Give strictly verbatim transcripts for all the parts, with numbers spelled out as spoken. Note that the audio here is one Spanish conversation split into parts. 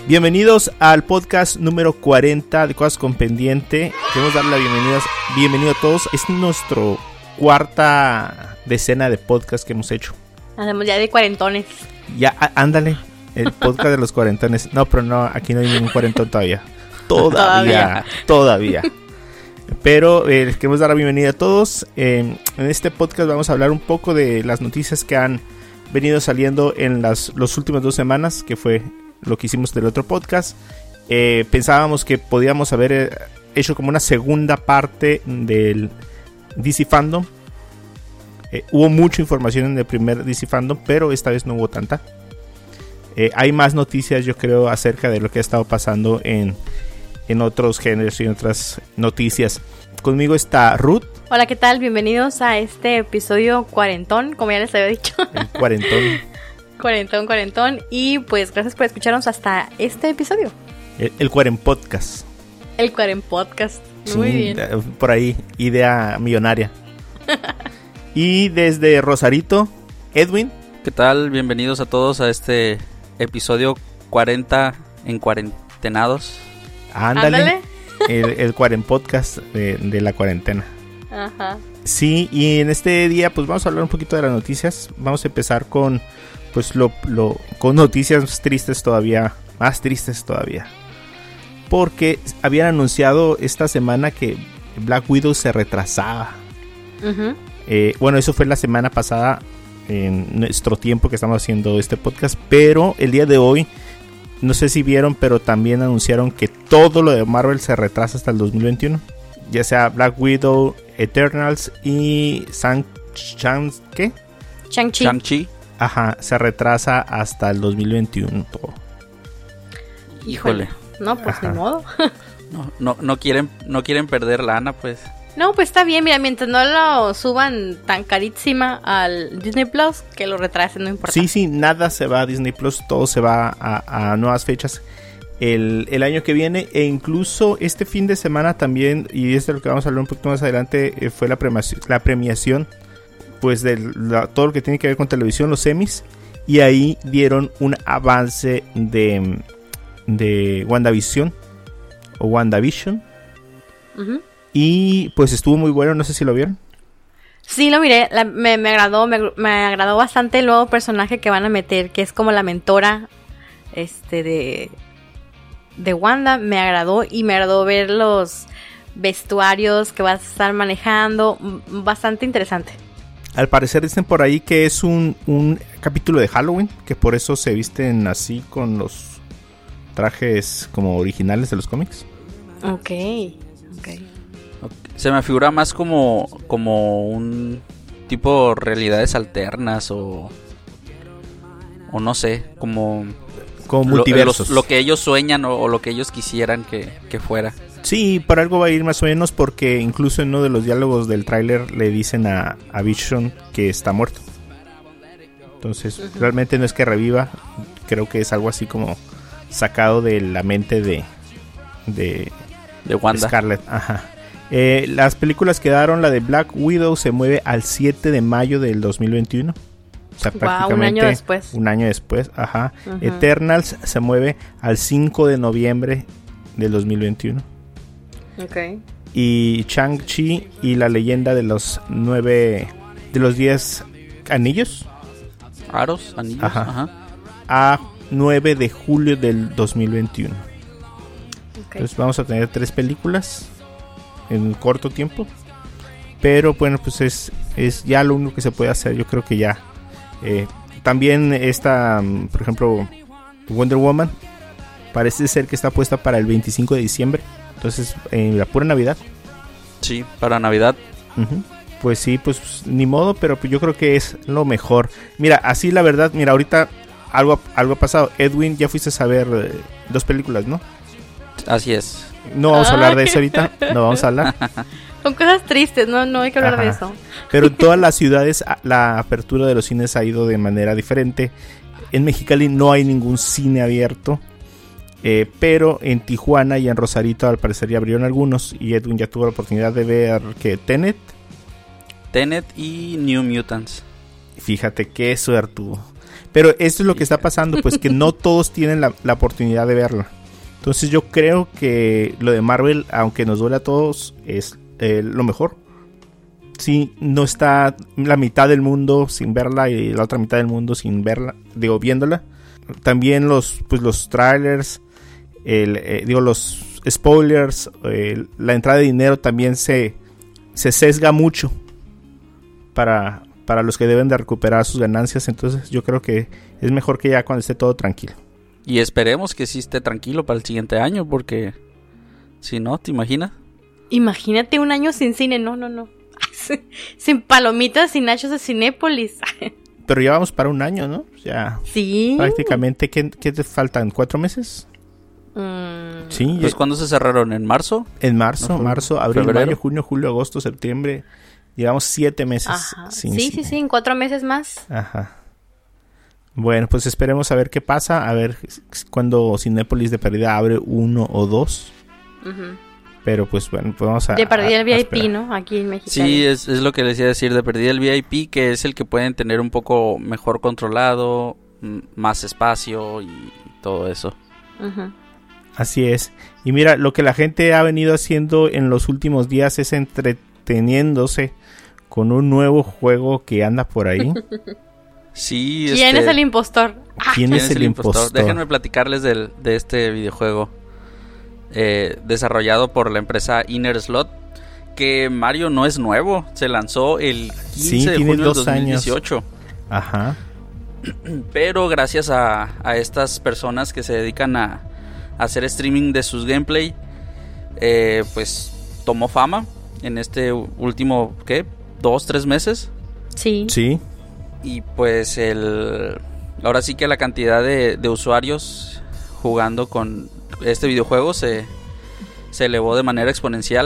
Bienvenidos al podcast número cuarenta de Cosas con Pendiente. Queremos darle la bienvenida, bienvenido a todos. Es nuestro cuarta decena de podcast que hemos hecho. Hacemos ya de cuarentones. Ya, á, ándale, el podcast de los cuarentones. No, pero no, aquí no hay ningún cuarentón todavía. Todavía, todavía. Pero eh, les queremos dar la bienvenida a todos. Eh, en este podcast vamos a hablar un poco de las noticias que han venido saliendo en las los últimas dos semanas, que fue lo que hicimos del otro podcast. Eh, pensábamos que podíamos haber hecho como una segunda parte del D C Fandom. Eh, hubo mucha información en el primer D C Fandom, pero esta vez no hubo tanta. Eh, hay más noticias, yo creo, acerca de lo que ha estado pasando en, en otros géneros y en otras noticias. Conmigo está Ruth. Hola, ¿qué tal? Bienvenidos a este episodio cuarentón, como ya les había dicho. El cuarentón. Cuarentón, cuarentón. Y pues gracias por escucharnos hasta este episodio. El, el Cuaren Podcast. El Cuaren Podcast. Muy sí, bien. Por ahí, idea millonaria. Y desde Rosarito, Edwin. ¿Qué tal? Bienvenidos a todos a este episodio cuarenta en cuarentenados. Ándale. Ándale. El, el Cuaren Podcast de, de la cuarentena. Ajá. Sí, y en este día pues vamos a hablar un poquito de las noticias. Vamos a empezar con pues lo, lo con noticias tristes todavía, más tristes todavía. Porque habían anunciado esta semana que Black Widow se retrasaba. Uh-huh. Eh, bueno, eso fue la semana pasada en nuestro tiempo que estamos haciendo este podcast, pero el día de hoy, no sé si vieron, pero también anunciaron que todo lo de Marvel se retrasa hasta el dos mil veintiuno. Ya sea Black Widow, Eternals y Shang... Shang ¿qué? Shang-Chi. Shang-Chi. Ajá, se retrasa hasta el dos mil veintiuno todo. Híjole. No, pues Ajá. ni modo. No, no, no quieren, no quieren perder lana, pues. No, pues está bien, mira, mientras no lo suban tan carísima al Disney Plus, que lo retrasen, no importa. Sí, sí, nada se va a Disney Plus, todo se va a, a nuevas fechas el, el año que viene. E incluso este fin de semana también, y es de lo que vamos a hablar un poquito más adelante, eh, fue la premiación, la premiación pues de la, todo lo que tiene que ver con televisión, los Emmys, y ahí dieron un avance de, de WandaVision o WandaVision. Uh-huh. Y pues estuvo muy bueno, no sé si lo vieron. Sí, lo miré, la, me, me agradó, me, me agradó bastante el nuevo personaje que van a meter, que es como la mentora este de, de Wanda. Me agradó y me agradó ver los vestuarios que vas a estar manejando, bastante interesante. Al parecer dicen por ahí que es un, un capítulo de Halloween, que por eso se visten así con los trajes como originales de los cómics. Ok, ok. Se me figura más como, como un tipo realidades alternas o, o no sé, como, como lo, multiversos. Lo, lo que ellos sueñan o, o lo que ellos quisieran que, que fuera. Sí, por algo va a ir más o menos, porque incluso en uno de los diálogos del tráiler le dicen a, a Vision que está muerto. Entonces, uh-huh. realmente no es que reviva, creo que es algo así como sacado de la mente de de, de Wanda. Scarlett. Ajá. Eh, las películas quedaron, la de Black Widow se mueve al siete de mayo del dos mil veintiuno. O sea, wow, prácticamente un año después. Un año después, ajá. Uh-huh. Eternals se mueve al cinco de noviembre del dos mil veintiuno. Okay. Y Shang-Chi y la leyenda de los nueve, de los diez anillos. Aros, anillos, ajá. ajá. A nueve de julio del dos mil veintiuno. Okay. Entonces vamos a tener tres películas en un corto tiempo. Pero bueno, pues es, es ya lo único que se puede hacer. Yo creo que ya. Eh, también esta, por ejemplo, Wonder Woman parece ser que está puesta para el veinticinco de diciembre. Entonces, en la pura Navidad. Sí, para Navidad. Uh-huh. Pues sí, pues ni modo, pero yo creo que es lo mejor. Mira, así la verdad, mira, ahorita algo, algo ha pasado. Edwin, ya fuiste a ver eh, dos películas, ¿no? Así es. No vamos a hablar de eso ahorita, no vamos a hablar. Son cosas tristes, no, no hay que hablar Ajá. de eso. Pero en todas las ciudades la apertura de los cines ha ido de manera diferente. En Mexicali no hay ningún cine abierto. Eh, pero en Tijuana y en Rosarito al parecer ya abrieron algunos. Y Edwin ya tuvo la oportunidad de ver que Tenet. Tenet y New Mutants. Fíjate qué suertudo. Pero esto es lo que está pasando, pues que no todos tienen la, la oportunidad de verla. Entonces yo creo que lo de Marvel, aunque nos duele a todos, es eh, lo mejor. Sí, no está la mitad del mundo sin verla y la otra mitad del mundo sin verla, digo, viéndola. También los, pues los trailers, el, eh, digo, los spoilers, eh, la entrada de dinero también se, se sesga mucho para, para los que deben de recuperar sus ganancias. Entonces yo creo que es mejor que ya cuando esté todo tranquilo. Y esperemos que sí esté tranquilo para el siguiente año, porque si no, ¿te imaginas? Imagínate un año sin cine, no, no, no. Sin palomitas, sin nachos de Cinépolis. Pero ya vamos para un año, ¿no? Ya. Sí. Prácticamente, ¿qué, qué te faltan? ¿Cuatro meses? Mm. Sí. Pues ¿cuándo se cerraron? ¿En marzo? En marzo, ¿No? marzo, abril, ¿Febrero? mayo, junio, julio, agosto, septiembre. Llevamos siete meses. Ajá. Sin Sí, cine. sí, sí, en cuatro meses más. Ajá. Bueno, pues esperemos a ver qué pasa. A ver cuando Cinépolis de perdida abre uno o dos. Uh-huh. Pero pues bueno, pues vamos a... De perdida el a- V a I P, esperar. ¿no? Aquí en México. Sí, es, es lo que les iba a decir, de perdida el V I P, que es el que pueden tener un poco mejor controlado, m- más espacio y todo eso. Uh-huh. Así es. Y mira, lo que la gente ha venido haciendo en los últimos días es entreteniéndose con un nuevo juego que anda por ahí. Sí, ¿Quién este, es el impostor? ¿Quién es el impostor? Déjenme platicarles del, de este videojuego. Eh, desarrollado por la empresa Inner Slot, que Mario no es nuevo, se lanzó el quince Sí, de tiene junio del dos dos mil dieciocho. años. Ajá. Pero gracias a, a estas personas que se dedican a, a hacer streaming de sus gameplay, eh, pues tomó fama en este último, ¿qué? ¿Dos, tres meses? Sí. Sí. Y pues el ahora sí que la cantidad de, de usuarios jugando con este videojuego se, se elevó de manera exponencial.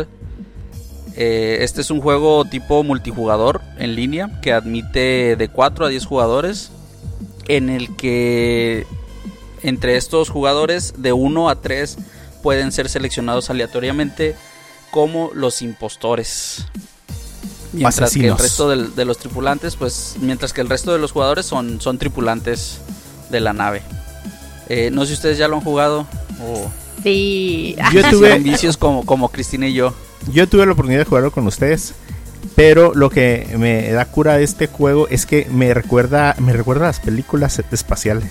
Eh, este es un juego tipo multijugador en línea que admite de cuatro a diez jugadores, en el que entre estos jugadores de uno a tres pueden ser seleccionados aleatoriamente como los impostores. Mientras que el Asesinos. resto del, de los tripulantes, pues mientras que el resto de los jugadores son, son tripulantes de la nave. Eh, no sé si ustedes ya lo han jugado o Sí. Yo si tuve- son vicios como, como Cristina y yo. Yo tuve la oportunidad de jugarlo con ustedes, pero lo que me da cura de este juego es que me recuerda, me recuerda a las películas espaciales.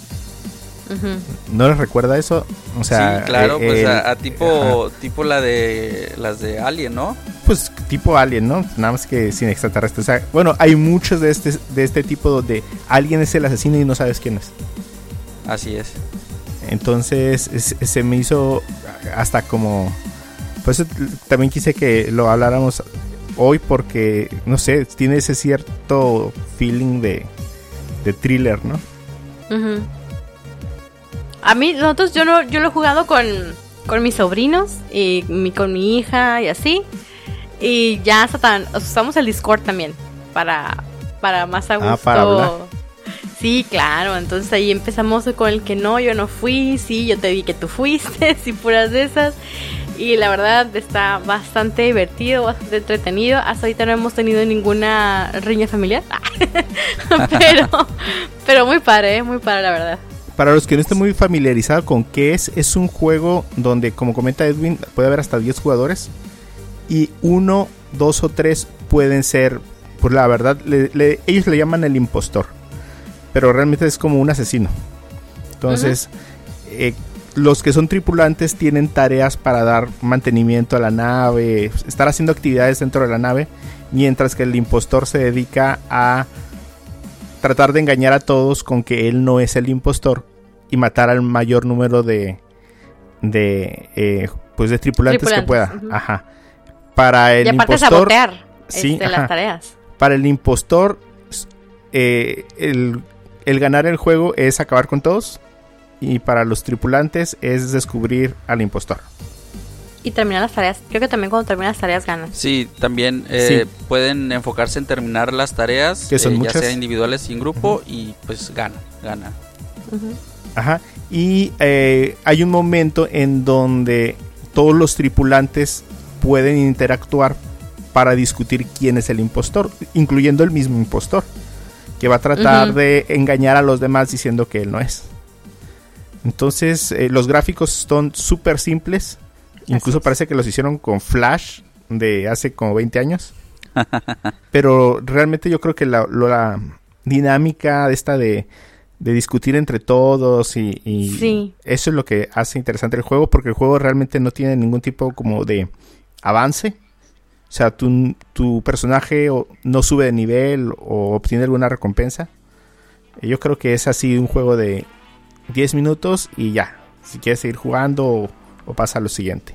Ujú. ¿No les recuerda eso? O sea, sí, claro, eh, pues el- a, a tipo tipo la de las de Alien, ¿no? pues tipo Alien, ¿no? Nada más que sin extraterrestres. O sea, bueno, hay muchos de este de este tipo donde alguien es el asesino y no sabes quién es. Así es. Entonces es- se me hizo hasta como... Pues también quise que lo habláramos hoy porque, no sé, tiene ese cierto feeling de, de thriller, ¿no? Ujú. A mí, nosotros, yo no, yo lo he jugado con, con mis sobrinos y mi, con mi hija y así. Y ya hasta tan, usamos el Discord también para, para más a gusto. Ah, para hablar. Sí, claro, entonces ahí empezamos con el que no, yo no fui, sí, yo te vi que tú fuiste, sí, puras de esas. Y la verdad está bastante divertido, bastante entretenido. Hasta ahorita no hemos tenido ninguna riña familiar. pero, pero muy padre, ¿eh? Muy padre la verdad. Para los que no estén muy familiarizados con qué es, es un juego donde, como comenta Edwin, puede haber hasta diez jugadores. Y uno, dos o tres pueden ser, pues la verdad, le, le, ellos le llaman el impostor. Pero realmente es como un asesino. Entonces, uh-huh. eh, los que son tripulantes tienen tareas para dar mantenimiento a la nave, estar haciendo actividades dentro de la nave, mientras que el impostor se dedica a tratar de engañar a todos con que él no es el impostor y matar al mayor número de de eh, pues de tripulantes, tripulantes que pueda. Uh-huh. Ajá. Para el y aparte impostor, sabotear sí, este, las tareas. Para el impostor, eh, el, el ganar el juego es acabar con todos. Y para los tripulantes es descubrir al impostor. Y terminar las tareas. Creo que también cuando terminan las tareas ganan. Sí, también eh, sí. pueden enfocarse en terminar las tareas, que son eh, muchas. ya sea individuales y en grupo, uh-huh. y pues ganan, ganan. Uh-huh. Ajá. Y eh, hay un momento en donde todos los tripulantes pueden interactuar para discutir quién es el impostor, incluyendo el mismo impostor. que va a tratar Ujú. de engañar a los demás diciendo que él no es. Entonces, eh, los gráficos son súper simples. Incluso es. parece que los hicieron con Flash de hace como veinte años. Pero realmente yo creo que la, la dinámica de esta de, de discutir entre todos y, y Sí. eso es lo que hace interesante el juego, porque el juego realmente no tiene ningún tipo como de avance. O sea, tu, tu personaje o, no sube de nivel o obtiene alguna recompensa. Yo creo que es así un juego de diez minutos y ya. Si quieres seguir jugando o, o pasa a lo siguiente.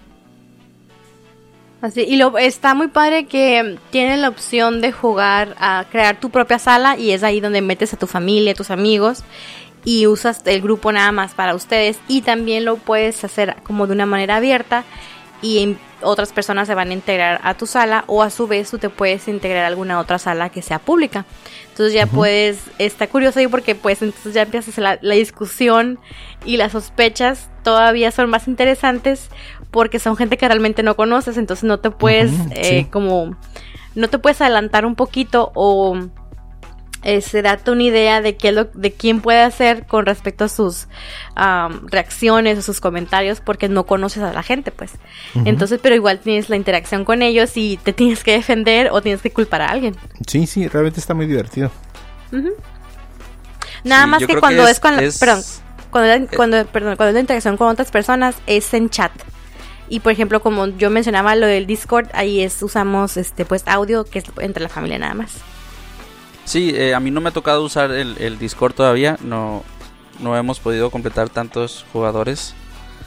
Así, y lo está muy padre que tienen la opción de jugar a crear tu propia sala y es ahí donde metes a tu familia, a tus amigos y usas el grupo nada más para ustedes y también lo puedes hacer como de una manera abierta y en- otras personas se van a integrar a tu sala o a su vez tú te puedes integrar a alguna otra sala que sea pública. Entonces ya Ujú. puedes, está curioso ahí porque pues entonces ya empiezas la, la discusión y las sospechas todavía son más interesantes porque son gente que realmente no conoces, entonces no te puedes Ujú, eh, sí. como, no te puedes adelantar un poquito o este, darte una idea de qué es lo, de quién puede hacer con respecto a sus am, reacciones o sus comentarios porque no conoces a la gente pues. Ujú. Entonces, pero igual tienes la interacción con ellos y te tienes que defender o tienes que culpar a alguien. Sí, sí, realmente está muy divertido. Ujú. Nada Sí, más yo que creo cuando que es, con la, es- perdón, cuando, la- cuando, perdón, cuando es la interacción con otras personas es en chat. Y por ejemplo, como yo mencionaba lo del Discord, ahí es usamos este pues audio que es entre la familia nada más. Sí, eh, a mí no me ha tocado usar el, el Discord todavía. No, no hemos podido completar tantos jugadores.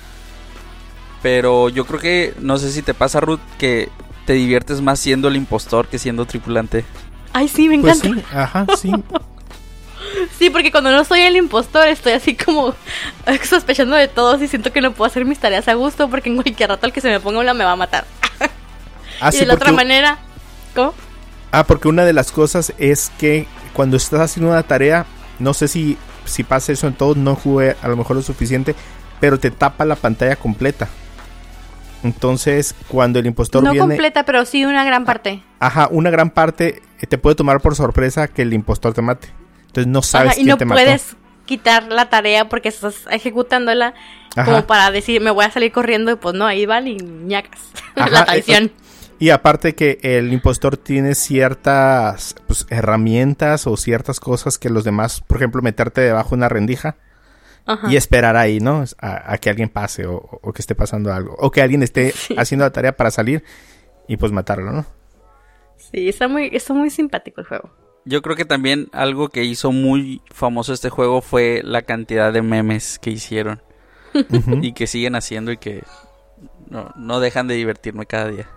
Pero yo creo que, no sé si te pasa, Ruth, que te diviertes más siendo el impostor que siendo tripulante. Ay, sí, me Pues encanta. sí, ajá, sí. Sí, porque cuando no soy el impostor estoy así como sospechando de todos y siento que no puedo hacer mis tareas a gusto porque en cualquier rato el que se me ponga una me va a matar. Ah, y sí, de la otra porque- manera, ¿cómo? Ah, porque una de las cosas es que cuando estás haciendo una tarea, no sé si, si pasa eso en todos, no jugué a lo mejor lo suficiente, pero te tapa la pantalla completa. Entonces, cuando el impostor No viene, completa, pero sí una gran parte. ajá, una gran parte eh, te puede tomar por sorpresa que el impostor te mate. Entonces no sabes Ajá, y quién no te mató. puedes quitar la tarea porque estás ejecutándola Ajá. como para decir me voy a salir corriendo y pues no, ahí van y ñacas. Ajá, La traición. Y aparte que el impostor tiene ciertas pues, herramientas o ciertas cosas que los demás, por ejemplo, meterte debajo de una rendija Ajá. y esperar ahí, ¿no? A, a que alguien pase o, o que esté pasando algo. O que alguien esté Sí. haciendo la tarea para salir y pues matarlo, ¿no? Sí, está muy, está muy simpático el juego. Yo creo que también algo que hizo muy famoso este juego fue la cantidad de memes que hicieron. Ujú. Y que siguen haciendo y que no, no dejan de divertirme cada día.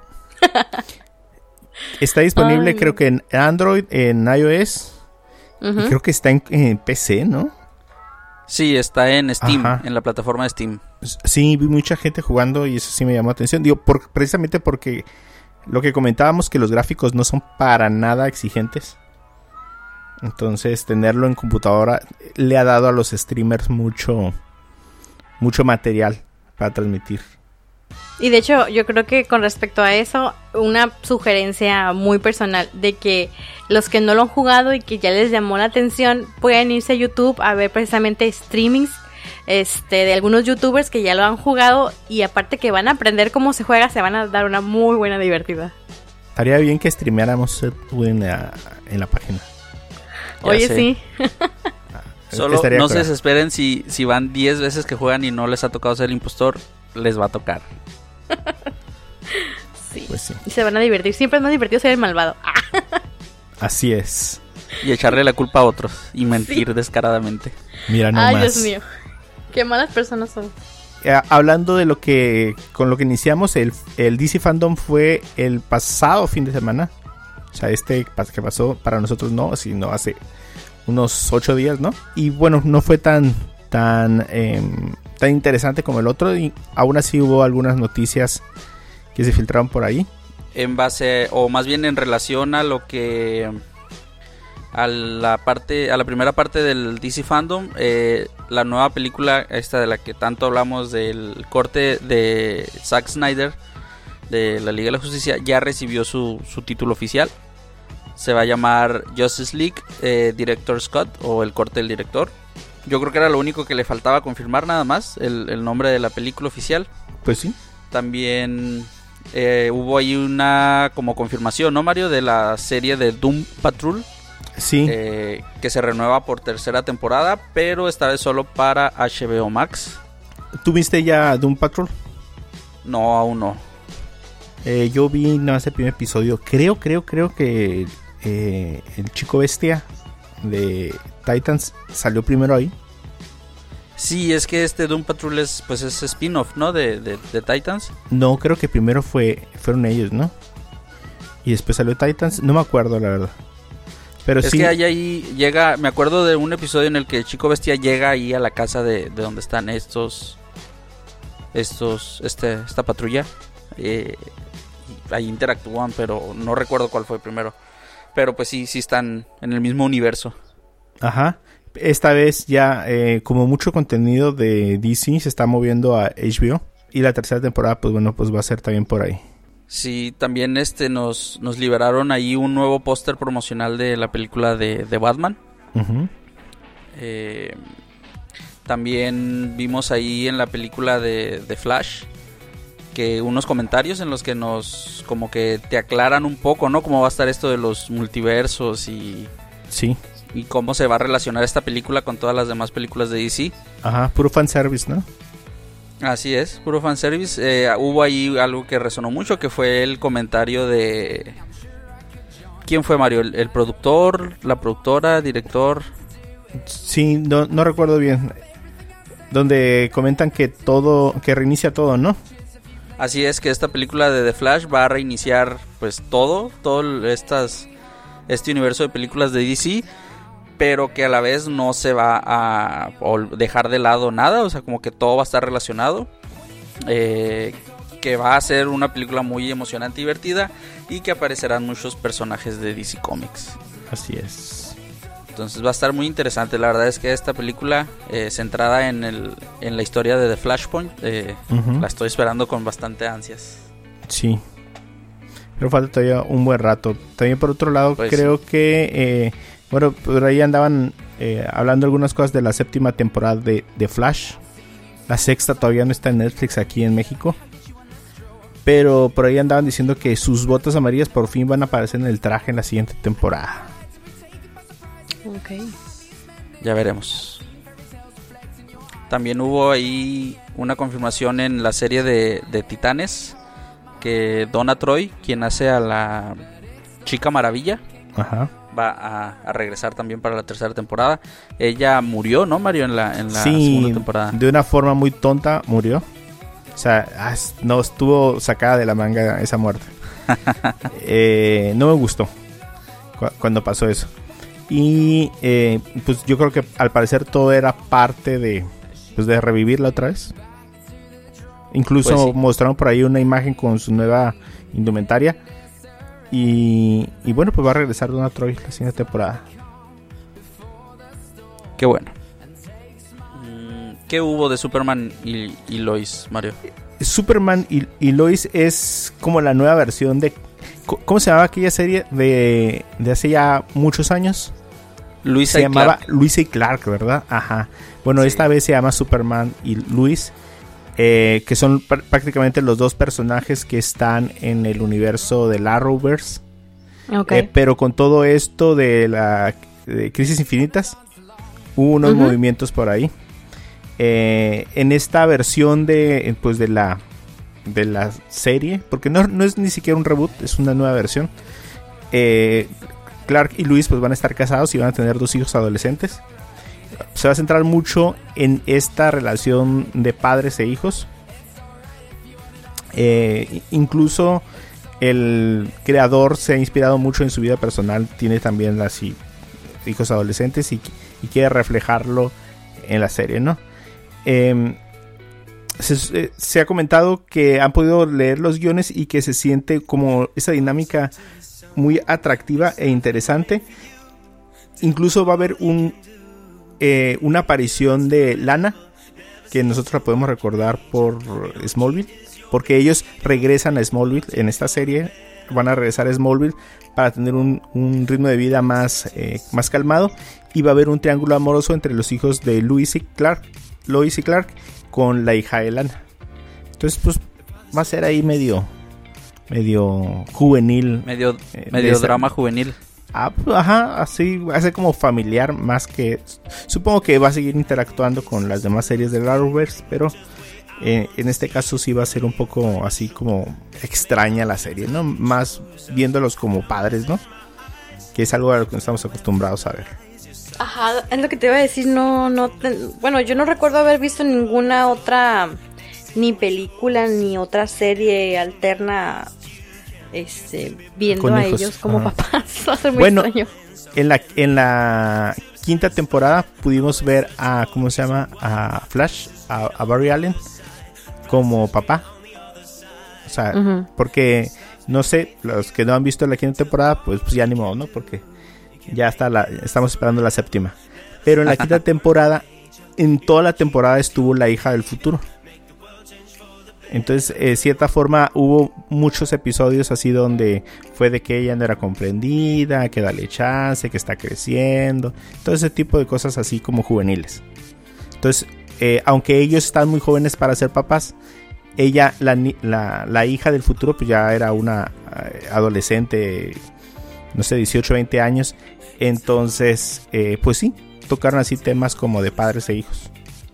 Está disponible Ay. creo que en Android, en iOS Ujú. y creo que está en, en P C, ¿no? Sí, está en Steam, Ajá. en la plataforma de Steam. Sí, vi mucha gente jugando y eso sí me llamó la atención. Digo, por, precisamente porque lo que comentábamos, que los gráficos no son para nada exigentes. Entonces, tenerlo en computadora le ha dado a los streamers mucho, mucho material para transmitir. Y de hecho, yo creo que con respecto a eso, una sugerencia muy personal de que los que no lo han jugado y que ya les llamó la atención, pueden irse a YouTube a ver precisamente streamings este, de algunos youtubers que ya lo han jugado y aparte que van a aprender cómo se juega, se van a dar una muy buena divertida. Estaría bien que streameáramos en la, en la página. Ya Oye, sé. sí. Solo Estaría no se cool. desesperen si, si van diez veces que juegan y no les ha tocado ser el impostor, les va a tocar. Sí. Pues sí, Y se van a divertir. Siempre es más divertido ser el malvado. Ah, así es. Y echarle la culpa a otros y mentir descaradamente. Mira ay, nomás. Dios mío. Qué malas personas son. Eh, hablando de lo que con lo que iniciamos, el, el D C Fandom fue el pasado fin de semana. O sea, este pas- que pasó para nosotros no, sino hace unos ocho días, ¿no? Y bueno, no fue tan tan eh, tan interesante como el otro. Y aún así hubo algunas noticias que se filtraron por ahí. En base, o más bien en relación a lo que... A la parte, a la primera parte del D C Fandom, eh, la nueva película esta de la que tanto hablamos del corte de Zack Snyder de la Liga de la Justicia ya recibió su, su título oficial. se va a llamar Justice League eh, Director's Cut o el corte del director. Yo creo que era lo único que le faltaba confirmar nada más, el, el nombre de la película oficial. Pues sí. También eh, hubo ahí una como confirmación, ¿no, Mario? De la serie de Doom Patrol. Sí. Eh, que se renueva por tercera temporada, pero esta vez solo para H B O Max. ¿Tú viste ya Doom Patrol? No, aún no. Eh, yo vi nada más el primer episodio. Creo, creo, creo que eh, el Chico Bestia de Titans salió primero ahí. Sí, es que este Doom Patrol es, pues es spin-off, ¿no? De, de, de Titans. No, creo que primero fue fueron ellos, ¿no? Y después salió Titans. No me acuerdo, la verdad. Pero es sí. que ahí, ahí llega, me acuerdo de un episodio en el que el Chico Bestia llega ahí a la casa de, de donde están estos, estos, este, esta patrulla. Eh, ahí interactúan, pero no recuerdo cuál fue primero. Pero pues sí, sí están en el mismo universo. Ajá. Esta vez ya eh, como mucho contenido de D C se está moviendo a H B O. Y la tercera temporada, pues bueno, pues va a ser también por ahí. Sí, también este nos, nos liberaron ahí un nuevo póster promocional de la película de, de Batman. Uh-huh. Eh, también vimos ahí en la película de, de Flash que unos comentarios en los que nos como que te aclaran un poco, ¿no? Cómo va a estar esto de los multiversos y sí, y cómo se va a relacionar esta película con todas las demás películas de D C. Ajá, puro fanservice, ¿no? Así es, puro fanservice. Eh, hubo ahí algo que resonó mucho, que fue el comentario de... ¿Quién fue, Mario? ¿El, el productor, la productora, director? Sí, no, no recuerdo bien. Donde comentan que todo, que reinicia todo, ¿no? Así es, que esta película de The Flash va a reiniciar pues todo, todo estas, este universo de películas de D C, pero que a la vez no se va a dejar de lado nada, o sea, como que todo va a estar relacionado, eh, que va a ser una película muy emocionante y divertida, y que aparecerán muchos personajes de D C Comics. Así es. Entonces va a estar muy interesante. La verdad es que esta película, eh, centrada en, el, en la historia de The Flashpoint, eh, uh-huh. la estoy esperando con bastante ansias. Sí, pero falta todavía un buen rato. También por otro lado, pues creo sí. que... Eh, Bueno, por ahí andaban eh, hablando algunas cosas de la séptima temporada de, de Flash. La sexta todavía no está en Netflix aquí en México. Pero por ahí andaban diciendo que sus botas amarillas por fin van a aparecer en el traje en la siguiente temporada. Ok. Ya veremos. También hubo ahí una confirmación en la serie de, de Titanes, que Donna Troy, quien hace a la Chica Maravilla, Ajá. va a, a regresar también para la tercera temporada. Ella murió, ¿no, Mario? En la, en la sí, segunda temporada. De una forma muy tonta murió. O sea, no estuvo sacada de la manga esa muerte. eh, no me gustó cu- cuando pasó eso. Y eh, pues yo creo que al parecer todo era parte de, pues, de revivirla otra vez. Incluso pues sí. mostraron por ahí una imagen con su nueva indumentaria. Y, y bueno, pues va a regresar Donna Troy la siguiente temporada. Qué bueno. ¿Qué hubo de Superman y, y Lois, Mario? Superman y, y Lois es como la nueva versión de... ¿Cómo se llamaba aquella serie de, de hace ya muchos años? Luisa se y llamaba Clark. Luisa y Clark, ¿verdad? Ajá. Bueno, sí. Esta vez se llama Superman y Lois, eh, que son pr- prácticamente los dos personajes que están en el universo del Arrowverse. Okay. Eh, pero con todo esto de la de Crisis Infinitas, hubo unos uh-huh. movimientos por ahí. Eh, en esta versión de pues de la de la serie, porque no, no es ni siquiera un reboot, es una nueva versión. Eh, Clark y Lois pues van a estar casados y van a tener dos hijos adolescentes. Se va a centrar mucho en esta relación de padres e hijos. Eh, incluso el creador se ha inspirado mucho en su vida personal. Tiene también así hijos adolescentes y, y quiere reflejarlo en la serie, ¿no? Eh, se, se ha comentado que han podido leer los guiones y que se siente como esa dinámica muy atractiva e interesante. Incluso va a haber un eh, una aparición de Lana, que nosotros la podemos recordar por Smallville, porque ellos regresan a Smallville en esta serie van a regresar a Smallville para tener un, un ritmo de vida más, eh, más calmado, y va a haber un triángulo amoroso entre los hijos de Lois y Clark, Lois y Clark con la hija de Lana. Entonces pues va a ser ahí medio medio juvenil, medio, eh, medio drama juvenil. Ah, ajá, así va a ser como familiar más que... Supongo que va a seguir interactuando con las demás series de Arrowverse, pero eh, en este caso sí va a ser un poco así como extraña la serie, ¿no? Más viéndolos como padres, ¿no? Que es algo a lo que no estamos acostumbrados a ver. Ajá, es lo que te iba a decir, no, no, te, bueno, yo no recuerdo haber visto ninguna otra, ni película, ni otra serie alterna... Este, viendo con a hijos. ellos como Ajá. papás. Va a ser muy bueno, extraño. En la, en la quinta temporada pudimos ver a, ¿cómo se llama? A Flash, a, a Barry Allen como papá. O sea, uh-huh. porque, no sé, los que no han visto la quinta temporada, pues, pues ya ni modo, ¿no? Porque ya está la, estamos esperando la séptima. Pero en la quinta temporada, en toda la temporada estuvo la hija del futuro. Entonces, de eh, cierta forma, hubo muchos episodios así donde fue de que ella no era comprendida, que dale chance, que está creciendo, todo ese tipo de cosas así como juveniles. Entonces, eh, aunque ellos están muy jóvenes para ser papás, ella, la, la, la hija del futuro, pues ya era una eh, adolescente, no sé, dieciocho, veinte años. Entonces, eh, pues sí, tocaron así temas como de padres e hijos.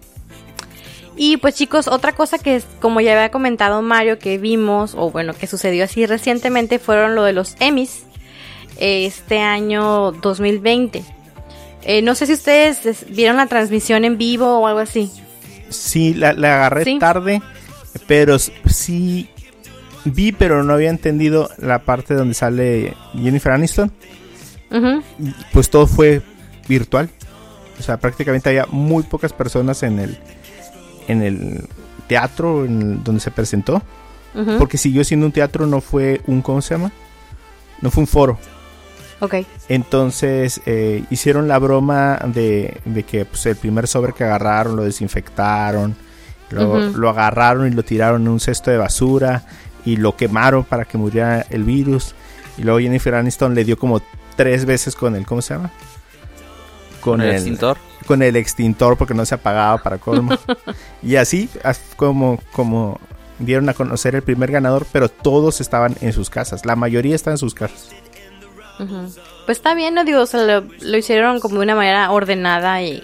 Y pues chicos, otra cosa que como ya había comentado Mario, que vimos, o bueno, que sucedió así recientemente, fueron lo de los Emmys este año dos mil veinte. Eh, no sé si ustedes vieron la transmisión en vivo o algo así. Sí, la, la agarré ¿Sí? tarde, pero sí vi, pero no había entendido la parte donde sale Jennifer Aniston. Uh-huh. Pues todo fue virtual. O sea, prácticamente había muy pocas personas en el... en el teatro en el, donde se presentó, uh-huh. porque siguió siendo un teatro, no fue un, ¿cómo se llama? No fue un foro. Okay. Entonces eh, hicieron la broma de, de que pues, el primer sobre que agarraron lo desinfectaron, lo, uh-huh. lo agarraron y lo tiraron en un cesto de basura y lo quemaron para que muriera el virus, y luego Jennifer Aniston le dio como tres veces con el, ¿cómo se llama? Con, ¿Con el, el extintor. Con el extintor, porque no se apagaba para colmo. Y así como, como dieron a conocer el primer ganador, pero todos estaban en sus casas. La mayoría está en sus casas. Uh-huh. Pues está bien, no digo, o sea, lo, lo hicieron como de una manera ordenada y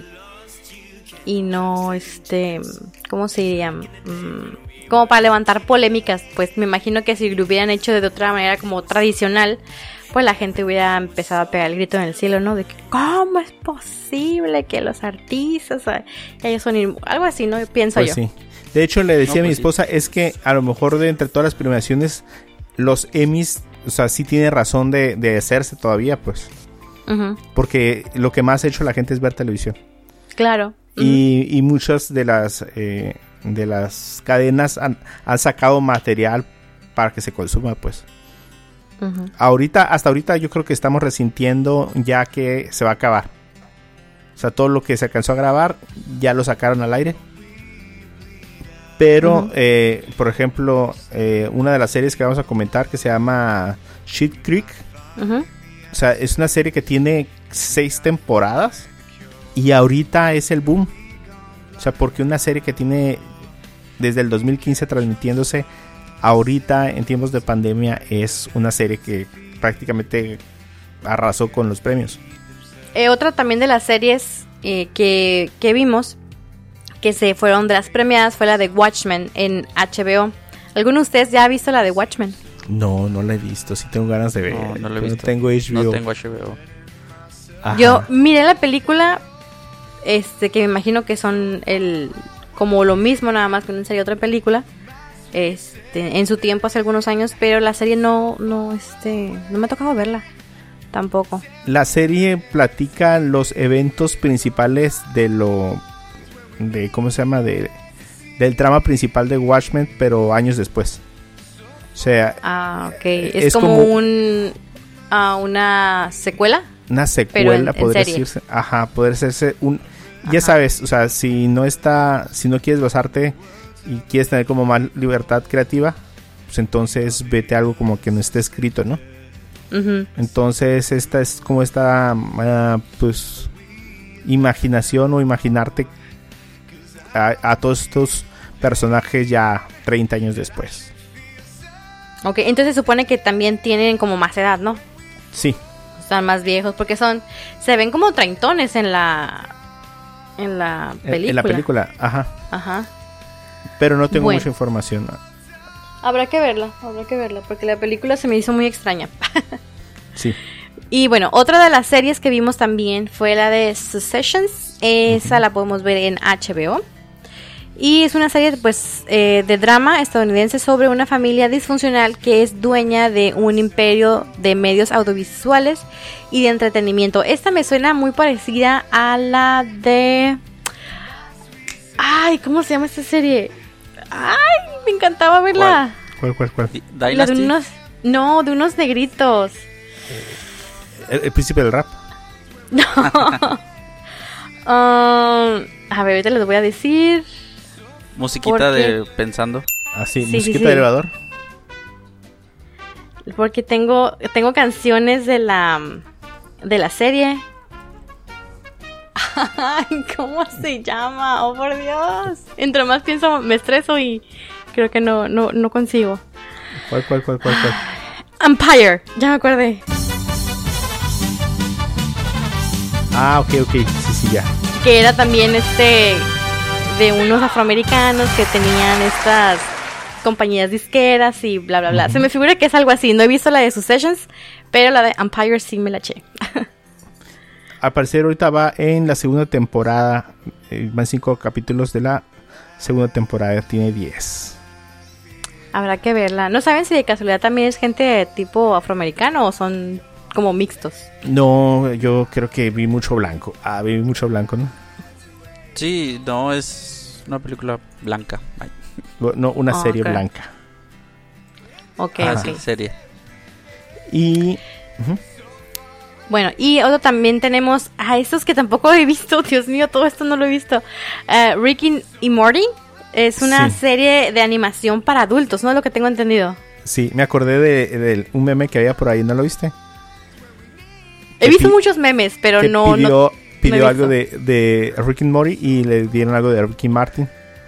y no, este, ¿cómo se diría? Mm, como para levantar polémicas. Pues me imagino que si lo hubieran hecho de otra manera como tradicional, pues la gente hubiera empezado a pegar el grito en el cielo, ¿no? De que, ¿cómo es posible que los artistas, ellos son ir... algo así, ¿no? Pienso pues yo. Sí. De hecho, le decía no, pues a mi esposa, sí. es que a lo mejor de entre todas las premiaciones, los Emmys, o sea, sí tiene razón de, de hacerse todavía, pues. Uh-huh. Porque lo que más ha hecho la gente es ver televisión. Claro. Uh-huh. Y, y muchas de las, eh, de las cadenas han, han sacado material para que se consuma, pues. Uh-huh. Ahorita, hasta ahorita yo creo que estamos resintiendo ya que se va a acabar. O sea, todo lo que se alcanzó a grabar ya lo sacaron al aire. Pero, uh-huh. eh, por ejemplo, eh, una de las series que vamos a comentar que se llama Schitt's Creek. Uh-huh. O sea, es una serie que tiene seis temporadas y ahorita es el boom. O sea, porque una serie que tiene desde el dos mil quince transmitiéndose, ahorita en tiempos de pandemia es una serie que prácticamente arrasó con los premios. Eh, otra también de las series eh, que, que vimos que se fueron de las premiadas fue la de Watchmen en H B O. ¿Alguno de ustedes ya ha visto la de Watchmen? No, no la he visto. Sí tengo ganas de ver. No, no la he visto. No tengo H B O. No tengo H B O. Ajá. Yo miré la película, este, que me imagino que son el como lo mismo, nada más que una serie otra película. Este, en su tiempo hace algunos años, pero la serie no, no, este, no me ha tocado verla, tampoco. La serie platica los eventos principales de lo, de cómo se llama, de, del trama principal de Watchmen, pero años después. O sea, ah, okay. es, es como, como un, uh, una secuela. Una secuela, en, podría en decirse. Ajá, poder hacerse un, ya Ajá. sabes, o sea, si no está, si no quieres basarte y quieres tener como más libertad creativa, pues entonces vete a algo como que no esté escrito, ¿no? Uh-huh. Entonces esta es como esta uh, pues imaginación o imaginarte a, a todos estos personajes ya treinta años después. Ok, entonces supone que también tienen como más edad, ¿no? Sí. Están más viejos porque son, se ven como treintones en la, en la película. En, en la película, ajá. Ajá. Pero no tengo bueno. mucha información. Habrá que verla, habrá que verla, porque la película se me hizo muy extraña. Sí. Y bueno, otra de las series que vimos también fue la de Succession. Esa uh-huh. la podemos ver en H B O. Y es una serie pues eh, de drama estadounidense sobre una familia disfuncional que es dueña de un imperio de medios audiovisuales y de entretenimiento. Esta me suena muy parecida a la de... Ay, ¿cómo se llama esta serie? Ay, me encantaba verla. ¿Cuál, cuál, cuál? cuál? La de unos... No, de unos negritos. ¿El, el príncipe del rap? No. um, a ver, ahorita les voy a decir... Musiquita de pensando. Ah, sí, sí musiquita sí, sí. de elevador. Porque tengo tengo canciones de la de la serie. Ay, ¿cómo se llama? Oh, por Dios. Entre más pienso, me estreso y creo que no no no consigo. ¿Cuál cuál cuál cuál cuál? Empire, ya me acordé. Ah, ok, ok, sí, sí, ya. Que era también este de unos afroamericanos que tenían estas compañías disqueras y bla bla bla. Uh-huh. Se me figura que es algo así. No he visto la de Successions, pero la de Empire sí me la eché. Al parecer ahorita va en la segunda temporada. Eh, van cinco capítulos de la segunda temporada. Tiene diez. Habrá que verla. ¿No saben si de casualidad también es gente tipo afroamericano o son como mixtos? No, yo creo que vi mucho blanco. Ah, vi mucho blanco, ¿no? Sí, no, es una película blanca. Ay. No, una oh, serie okay. blanca. Ok, ah, ok. sí, serie. Y... Uh-huh. Bueno, y otro también tenemos a estos que tampoco he visto. Dios mío, todo esto no lo he visto. Uh, Rick y Morty es una sí. serie de animación para adultos, ¿no? Lo que tengo entendido. Sí, me acordé de, de un meme que había por ahí, ¿no lo viste? He visto pi- muchos memes, pero no... Pidió, no pidió no algo de, de Rick and Morty y le dieron algo de Ricky Martin.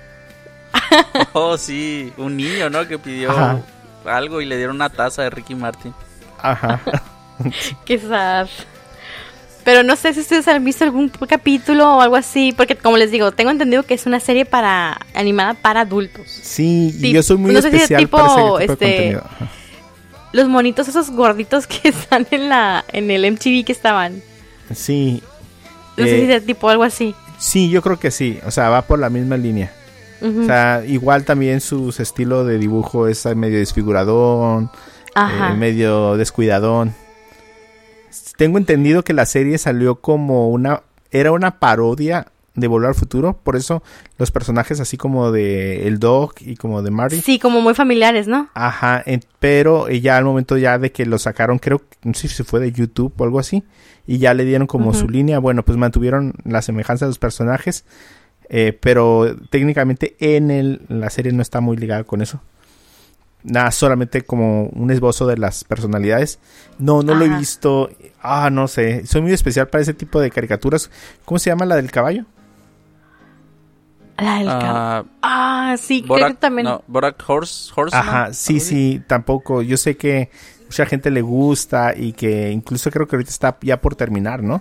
Oh, sí, un niño, ¿no? Que pidió Ajá. algo y le dieron una taza de Ricky Martin. Ajá. Qué sad. Pero no sé si ustedes han visto algún capítulo o algo así, porque como les digo, tengo entendido que es una serie para animada para adultos. Sí, Tip, y yo soy muy no especial sé si tipo, para ese tipo este, de contenido. Ajá. Los monitos esos gorditos que están en la en el M T V que estaban. Sí. No eh, sé si es tipo algo así. Sí, yo creo que sí, o sea, va por la misma línea. Uh-huh. O sea, igual también su estilo de dibujo es medio desfiguradón, eh, medio descuidadón. Tengo entendido que la serie salió como una... Era una parodia de Volver al Futuro. Por eso los personajes así como de el Doc y como de Marty. Sí, como muy familiares, ¿no? Ajá, eh, pero ya al momento ya de que lo sacaron, creo, no sé si fue de YouTube o algo así. Y ya le dieron como uh-huh. su línea. Bueno, pues mantuvieron la semejanza de los personajes. Eh, pero técnicamente en el, la serie no está muy ligada con eso. Nada, solamente como un esbozo de las personalidades. No, no Ajá. lo he visto. Ah, no sé. Soy muy especial para ese tipo de caricaturas. ¿Cómo se llama la del caballo? La del uh, caballo. Ah, sí, Borak, creo que también. No, Borak Horse, Horseman. Ajá, sí, sí, tampoco. Yo sé que mucha gente le gusta y que incluso creo que ahorita está ya por terminar, ¿no?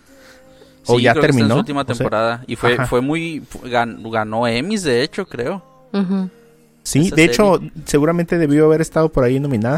O sí, ya creo terminó. Que está en su última temporada. Y fue, fue muy. Ganó, ganó Emmys, de hecho, creo. Uh-huh. Sí, de serie. hecho, seguramente debió haber estado por ahí nominada.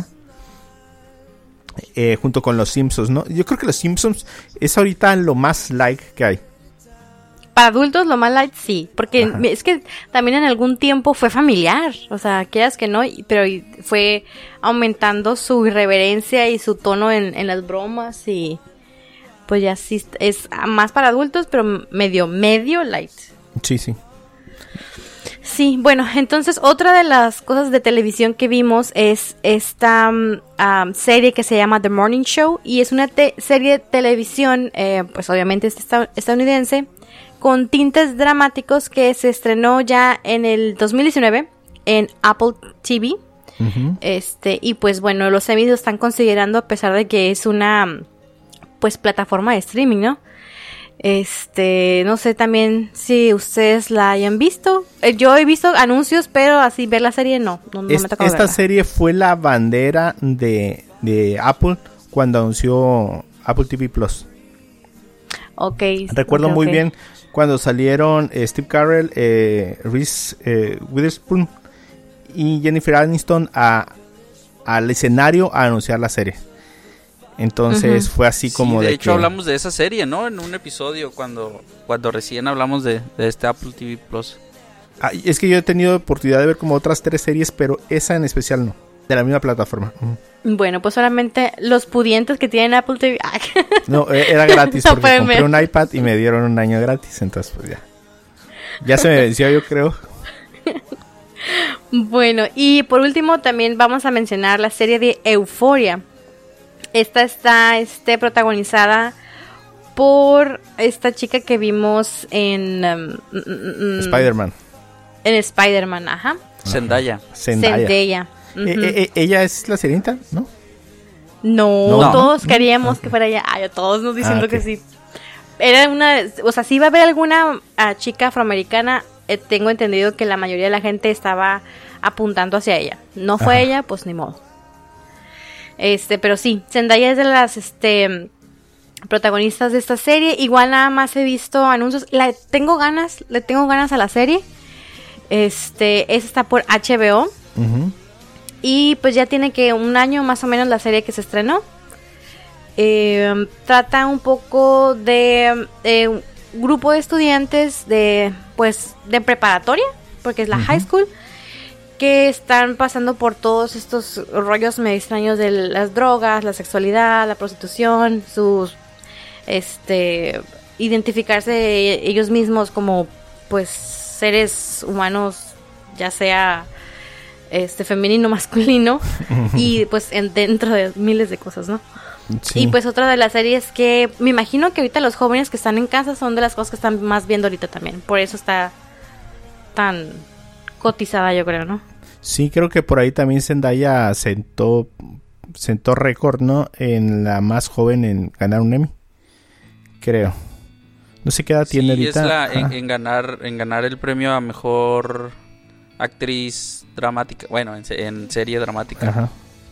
Eh, junto con los Simpsons, ¿no? Yo creo que los Simpsons es ahorita lo más like que hay. Para adultos lo más light sí, porque Ajá. es que también en algún tiempo fue familiar, o sea, quieras que no, pero fue aumentando su irreverencia y su tono en, en las bromas y pues ya sí es más para adultos, pero medio, medio light. Sí, sí. Sí, bueno, entonces otra de las cosas de televisión que vimos es esta um, serie que se llama The Morning Show y es una te- serie de televisión, eh, pues obviamente es esta- estadounidense, con tintes dramáticos que se estrenó ya en el dos mil diecinueve en Apple T V Uh-huh. Este, y pues bueno, los Emmys lo están considerando a pesar de que es una pues plataforma de streaming, ¿no? Este, no sé también si ustedes la hayan visto. Eh, yo he visto anuncios, pero así ver la serie no, no, no es, me tocó Esta verla. serie fue la bandera de, de Apple cuando anunció Apple T V Plus. Ok. Recuerdo okay, muy okay. bien cuando salieron eh, Steve Carell, eh, Reese eh, Witherspoon y Jennifer Aniston a, al escenario a anunciar la serie. Entonces uh-huh. fue así como sí, de, de hecho que... hablamos de esa serie, ¿no? En un episodio cuando cuando recién hablamos de, de este Apple T V Plus. Ah, es que yo he tenido oportunidad de ver como otras tres series, pero esa en especial no, de la misma plataforma. Uh-huh. Bueno, pues solamente los pudientes que tienen Apple T V. No, era gratis no porque compré ver. un iPad y me dieron un año gratis, entonces pues ya. Ya se me venció, yo creo. Bueno, y por último también vamos a mencionar la serie de Euphoria. Esta está este, protagonizada por esta chica que vimos en... Um, mm, Spider-Man. En Spider-Man, ajá. Zendaya. Zendaya. Zendaya. Uh-huh. Eh, eh, ¿Ella es la sirenita? ¿No? No, no. Todos no. queríamos que fuera ella. Ay, todos nos diciendo ah, okay. que sí. Era una... O sea, si iba a haber alguna uh, chica afroamericana, eh, tengo entendido que la mayoría de la gente estaba apuntando hacia ella. No fue ajá. ella, pues ni modo. Este, pero sí, Zendaya es de las este protagonistas de esta serie. Igual nada más he visto anuncios. La tengo ganas, le tengo ganas a la serie. Este, esta está por H B O. Uh-huh. Y pues ya tiene que un año más o menos la serie que se estrenó. Eh, trata un poco de eh, un grupo de estudiantes de pues de preparatoria, porque es la uh-huh. high school, que están pasando por todos estos rollos medio extraños de las drogas, la sexualidad, la prostitución, sus este identificarse ellos mismos como pues seres humanos, ya sea este femenino, masculino, y pues en, dentro de miles de cosas, ¿no? Sí. Y pues otra de las series que me imagino que ahorita los jóvenes que están en casa son de las cosas que están más viendo ahorita también, por eso está tan cotizada, yo creo, ¿no? Sí, creo que por ahí también Zendaya sentó sentó récord, ¿no? En la más joven en ganar un Emmy. Creo. No sé qué edad sí, tiene ahorita. Es la en, en ganar en ganar el premio a mejor actriz dramática, bueno, en, en serie dramática. Ajá.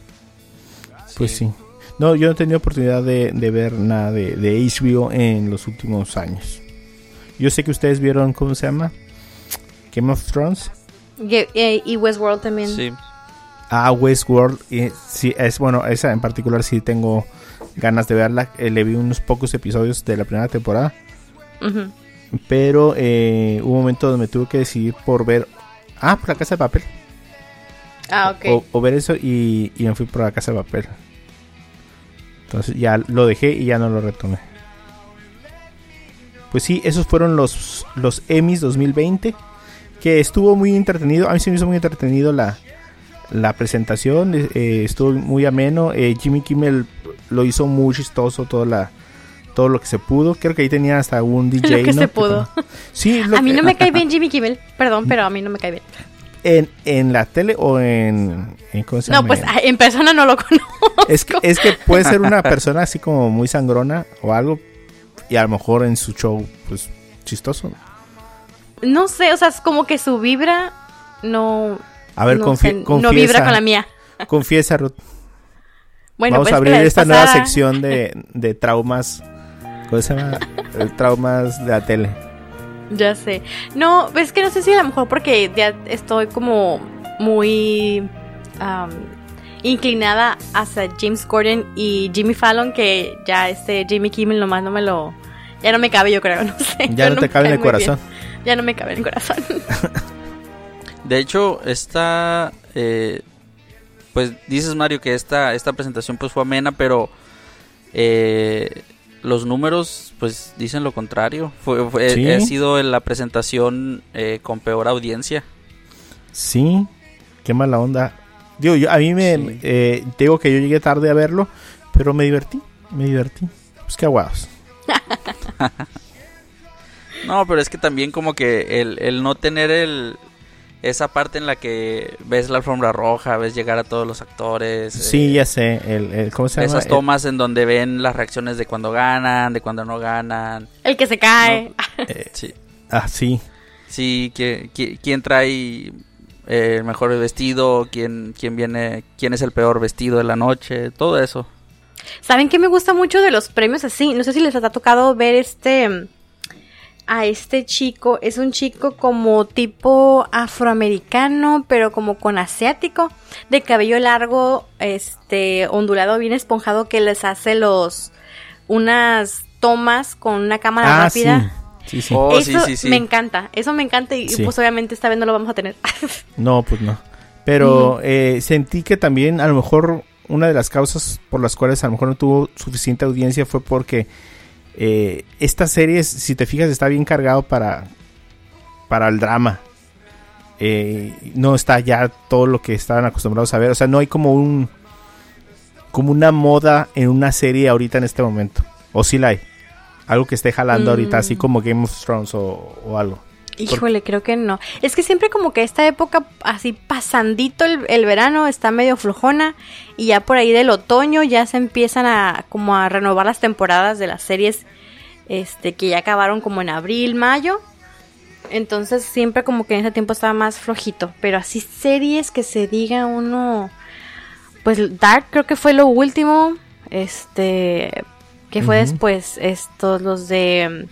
Sí. Pues sí. No, yo no he tenido oportunidad de, de ver nada de, de H B O en los últimos años. Yo sé que ustedes vieron, ¿cómo se llama? Game of Thrones. Y, y, y Westworld también. Sí. Ah, Westworld. Y, sí, es bueno, esa en particular sí tengo ganas de verla. Eh, le vi unos pocos episodios de la primera temporada. Uh-huh. Pero eh, hubo un momento donde me tuve que decidir por ver. Ah, por La Casa de Papel. Ah, ok. O, o ver eso y, y me fui por La Casa de Papel. Entonces ya lo dejé y ya no lo retomé. Pues sí, esos fueron los, los Emmys dos mil veinte. Que estuvo muy entretenido. A mí se me hizo muy entretenido la, la presentación. Eh, estuvo muy ameno. Eh, Jimmy Kimmel lo hizo muy chistoso todo, la, todo lo que se pudo. Creo que ahí tenía hasta un D J. Lo que ¿no? se pudo. Sí, lo a mí que... no me cae bien Jimmy Kimmel. Perdón, pero a mí no me cae bien. ¿En, en la tele o en, en ¿cómo se llama? No, pues en persona no lo conozco. Es que, es que puede ser una persona así como muy sangrona o algo. Y a lo mejor en su show, pues, chistoso. No sé, o sea, es como que su vibra no... A ver, no, confi- sé, confiesa. No vibra con la mía. Confiesa, Ruth. Bueno, vamos pues a abrir esta pasada... nueva sección de, de traumas. ¿Cómo se llama? Traumas de la tele. Ya sé. No, es que no sé si a lo mejor porque ya estoy como muy um, inclinada hacia James Corden y Jimmy Fallon, que ya este Jimmy Kimmel nomás no me lo... Ya no me cabe, yo creo, no sé. Ya no, no te cabe en el corazón. Bien. Ya no me cabe en el corazón. De hecho, esta... Eh, pues dices, Mario, que esta, esta presentación pues fue amena, pero... Eh, los números pues dicen lo contrario. Fue, fue ¿Sí? Ha sido la presentación eh, con peor audiencia. Sí, qué mala onda. Digo, yo, a mí me sí. eh, digo que yo llegué tarde a verlo, pero me divertí, me divertí. Pues qué aguados. No, pero es que también como que el, el no tener el esa parte en la que ves la alfombra roja, ves llegar a todos los actores. Sí, eh, ya sé. El, el, ¿Cómo se llama? Esas tomas el... en donde ven las reacciones de cuando ganan, de cuando no ganan. El que se cae. ¿No? Eh, sí. Ah, sí. Sí, que, que, quién trae el mejor vestido, quién, quién viene, quién es el peor vestido de la noche, todo eso. ¿Saben qué me gusta mucho de los premios así? No sé si les ha tocado ver este... a este chico, es un chico como tipo afroamericano, pero como con asiático, de cabello largo, este, ondulado, bien esponjado, que les hace los, unas tomas con una cámara ah, rápida. Sí. Sí, sí. Oh, eso sí, sí, sí. me encanta, eso me encanta y sí. Pues obviamente esta vez no lo vamos a tener. No, pues no. Pero mm. eh, sentí que también a lo mejor una de las causas por las cuales a lo mejor no tuvo suficiente audiencia fue porque eh, esta serie, si te fijas, está bien cargado para, para el drama. Eh, no está ya todo lo que estaban acostumbrados a ver. O sea, no hay como un como una moda en una serie ahorita en este momento. O sí la hay. Algo que esté jalando mm. ahorita, así como Game of Thrones o, o algo. Híjole, creo que no. Es que siempre como que esta época, así pasandito el, el verano, está medio flojona. Y ya por ahí del otoño ya se empiezan a como a renovar las temporadas de las series este que ya acabaron como en abril, mayo. Entonces siempre como que en ese tiempo estaba más flojito. Pero así series que se diga uno... Pues Dark creo que fue lo último. Este... Que fue uh-huh. después estos, los de...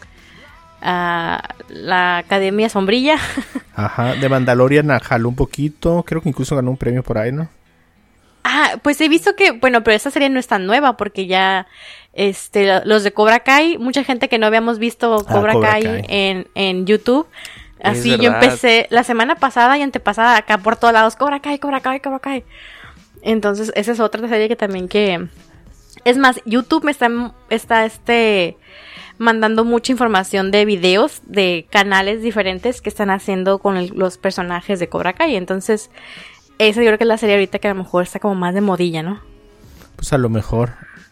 Uh, la Academia Sombrilla. Ajá, de Mandalorian jaló un poquito. Creo que incluso ganó un premio por ahí, ¿no? Ah, pues he visto que... Bueno, pero esta serie no es tan nueva porque ya... Este, los de Cobra Kai, mucha gente que no habíamos visto Cobra, ah, Cobra Kai, Kai en, en YouTube. Así yo empecé la semana pasada y antepasada acá por todos lados. Cobra Kai, Cobra Kai, Cobra Kai. Entonces, esa es otra serie que también que... Es más, YouTube me está, está este, mandando mucha información de videos de canales diferentes que están haciendo con el, los personajes de Cobra Kai. Entonces, esa yo creo que es la serie ahorita que a lo mejor está como más de modilla, ¿no? Pues a lo mejor.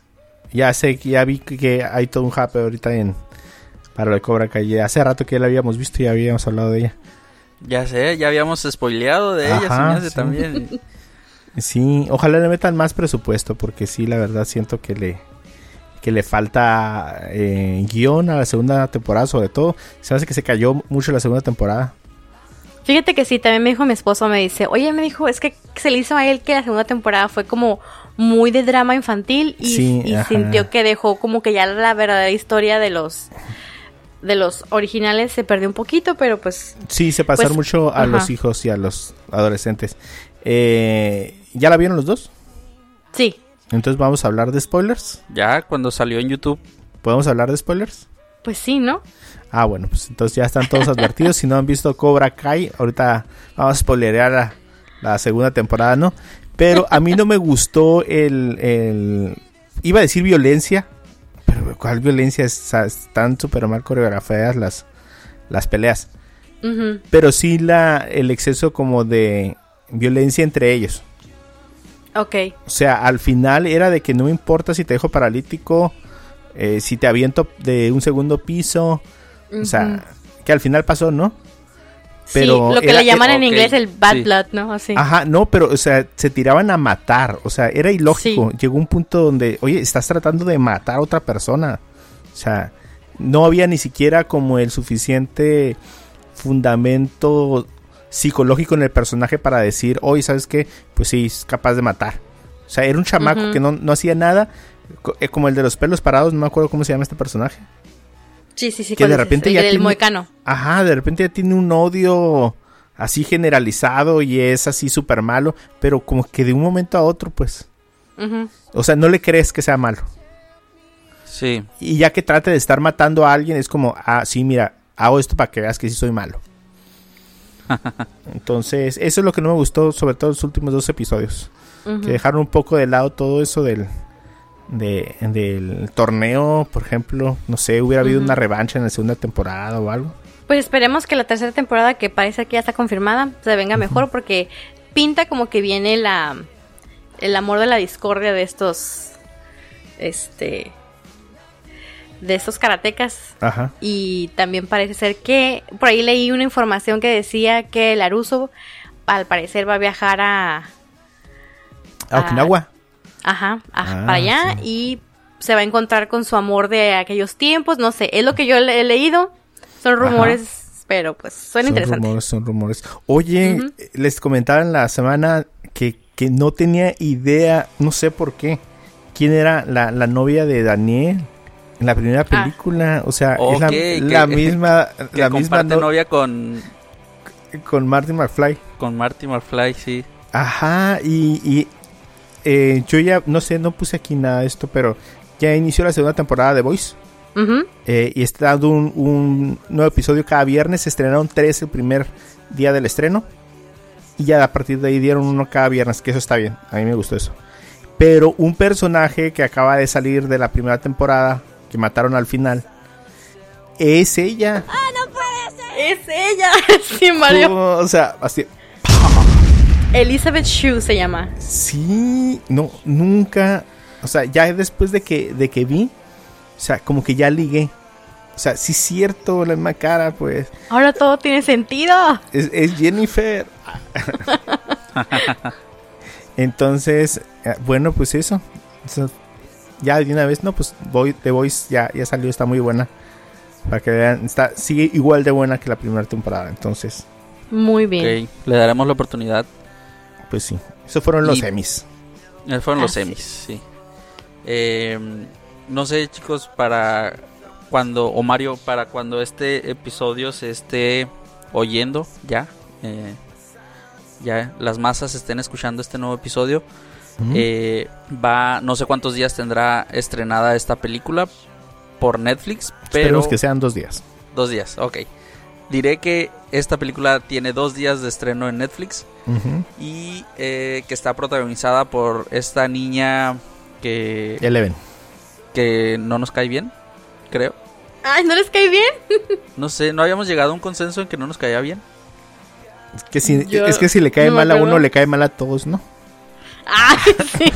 Ya sé, ya vi que hay todo un hype ahorita en para lo de Cobra Kai. Hace rato que ya la habíamos visto y ya habíamos hablado de ella. Ya sé, ya habíamos spoileado de ella, Ajá, se me hace sí. también. Sí, ojalá le metan más presupuesto porque sí, la verdad siento que le que le falta eh, guión a la segunda temporada, sobre todo. Se me hace que se cayó mucho la segunda temporada. Fíjate que sí, también me dijo mi esposo, me dice, oye, me dijo, es que se le hizo a él que la segunda temporada fue como muy de drama infantil y, sí, y sintió que dejó como que ya la verdadera historia de los de los originales se perdió un poquito, pero pues... Sí, se pasaron pues, mucho a ajá. los hijos y a los adolescentes. Eh, ¿Ya la vieron los dos? Sí. Entonces vamos a hablar de spoilers. Ya, cuando salió en YouTube. ¿Podemos hablar de spoilers? Pues sí, ¿no? Ah, bueno, pues entonces ya están todos advertidos. Si no han visto Cobra Kai, ahorita vamos a spoilerear la, la segunda temporada, ¿no? Pero a mí no me gustó el... el iba a decir violencia, pero ¿cuál violencia? Es, están súper mal coreografiadas las, las peleas. Uh-huh. Pero sí la el exceso como de violencia entre ellos. Ok. O sea, al final era de que no me importa si te dejo paralítico, eh, si te aviento de un segundo piso. Uh-huh. O sea, que al final pasó, ¿no? Pero sí, lo que era, le llaman eh, en okay. inglés el bad sí. blood, ¿no? Así. Ajá, no, pero, o sea, se tiraban a matar. O sea, era ilógico. Sí. Llegó un punto donde, oye, estás tratando de matar a otra persona. O sea, no había ni siquiera como el suficiente fundamento psicológico en el personaje para decir, oye, ¿sabes qué? Pues sí, es capaz de matar. O sea, era un chamaco uh-huh. que no, no hacía nada, como el de los pelos parados, no me acuerdo cómo se llama este personaje. Sí, sí, sí. Que de repente es? ya el tiene, moicano. Ajá, de repente ya tiene un odio así generalizado y es así súper malo, pero como que de un momento a otro, pues. Uh-huh. O sea, no le crees que sea malo. Sí. Y ya que trate de estar matando a alguien, es como, ah, sí, mira, hago esto para que veas que sí soy malo. Entonces, eso es lo que no me gustó, sobre todo los últimos dos episodios. Uh-huh. Que dejaron un poco de lado todo eso del, de, del torneo, por ejemplo. No sé, hubiera habido uh-huh. una revancha en la segunda temporada o algo. Pues esperemos que la tercera temporada, que parece que ya está confirmada, se venga uh-huh. mejor, porque pinta como que viene la el amor de la discordia de estos este de estos karatecas. Ajá. Y también parece ser que por ahí leí una información que decía que Laruso al parecer va a viajar a a Okinawa. Ajá, a, ah, para allá sí. y se va a encontrar con su amor de aquellos tiempos, no sé, es lo que yo le he leído, son rumores, ajá, pero pues suena son interesante. Rumores, son rumores. Oye, uh-huh. les comentaba en la semana que, que no tenía idea, no sé por qué, quién era la, la novia de Daniel en la primera película, ah. o sea, okay, es la, la que, misma, que la misma no, novia con con Marty McFly. Con Marty McFly, sí. Ajá, y, y eh, yo ya, no sé, no puse aquí nada de esto, pero ya inició la segunda temporada de Boys. Uh-huh. Eh, y está dando un, un nuevo episodio cada viernes. Se estrenaron tres el primer día del estreno. Y ya a partir de ahí dieron uno cada viernes, que eso está bien. A mí me gustó eso. Pero un personaje que acaba de salir de la primera temporada, que mataron al final, es ella. ¡Ah, no puede ser! ¡Es ella! Sí, Mario. Oh, o sea, así... Elizabeth Shue se llama. Sí, no, nunca... O sea, ya después de que, de que vi, o sea, como que ya ligué. O sea, sí es cierto, la misma cara, pues. Ahora todo tiene sentido. Es, es Jennifer. Entonces, bueno, pues eso. eso. Ya de una vez, no, pues voy, The Voice ya, ya salió, está muy buena. Para que vean, está, sigue igual de buena que la primera temporada, entonces. Muy bien. Okay, le daremos la oportunidad. Pues sí, esos fueron los y, Emmys. Fueron ah, los Emmys, sí. sí. Eh, no sé, chicos, para cuando, o Mario, para cuando este episodio se esté oyendo ya, eh, ya las masas estén escuchando este nuevo episodio, uh-huh. eh, va, no sé cuántos días tendrá estrenada esta película por Netflix, pero... Esperemos que sean dos días. Dos días, ok. Diré que esta película tiene dos días de estreno en Netflix, uh-huh. y eh, que está protagonizada por esta niña... que Eleven, que no nos cae bien, creo. Ay, ¿no les cae bien? No sé, no habíamos llegado a un consenso en que no nos caía bien. Es que si, Yo, es que si le cae no mal a uno, le cae mal a todos, ¿no? Ay, sí.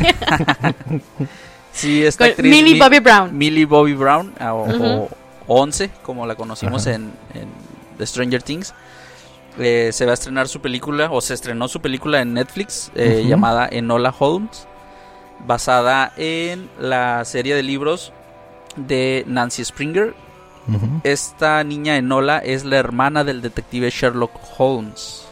Sí, esta actriz Millie Mi, Bobby Brown. Millie Bobby Brown, o, uh-huh. o Once, como la conocimos en, en The Stranger Things. Eh, se va a estrenar su película, o se estrenó su película en Netflix, eh, uh-huh. llamada Enola Holmes, basada en la serie de libros de Nancy Springer. Uh-huh. Esta niña Enola es la hermana del detective Sherlock Holmes.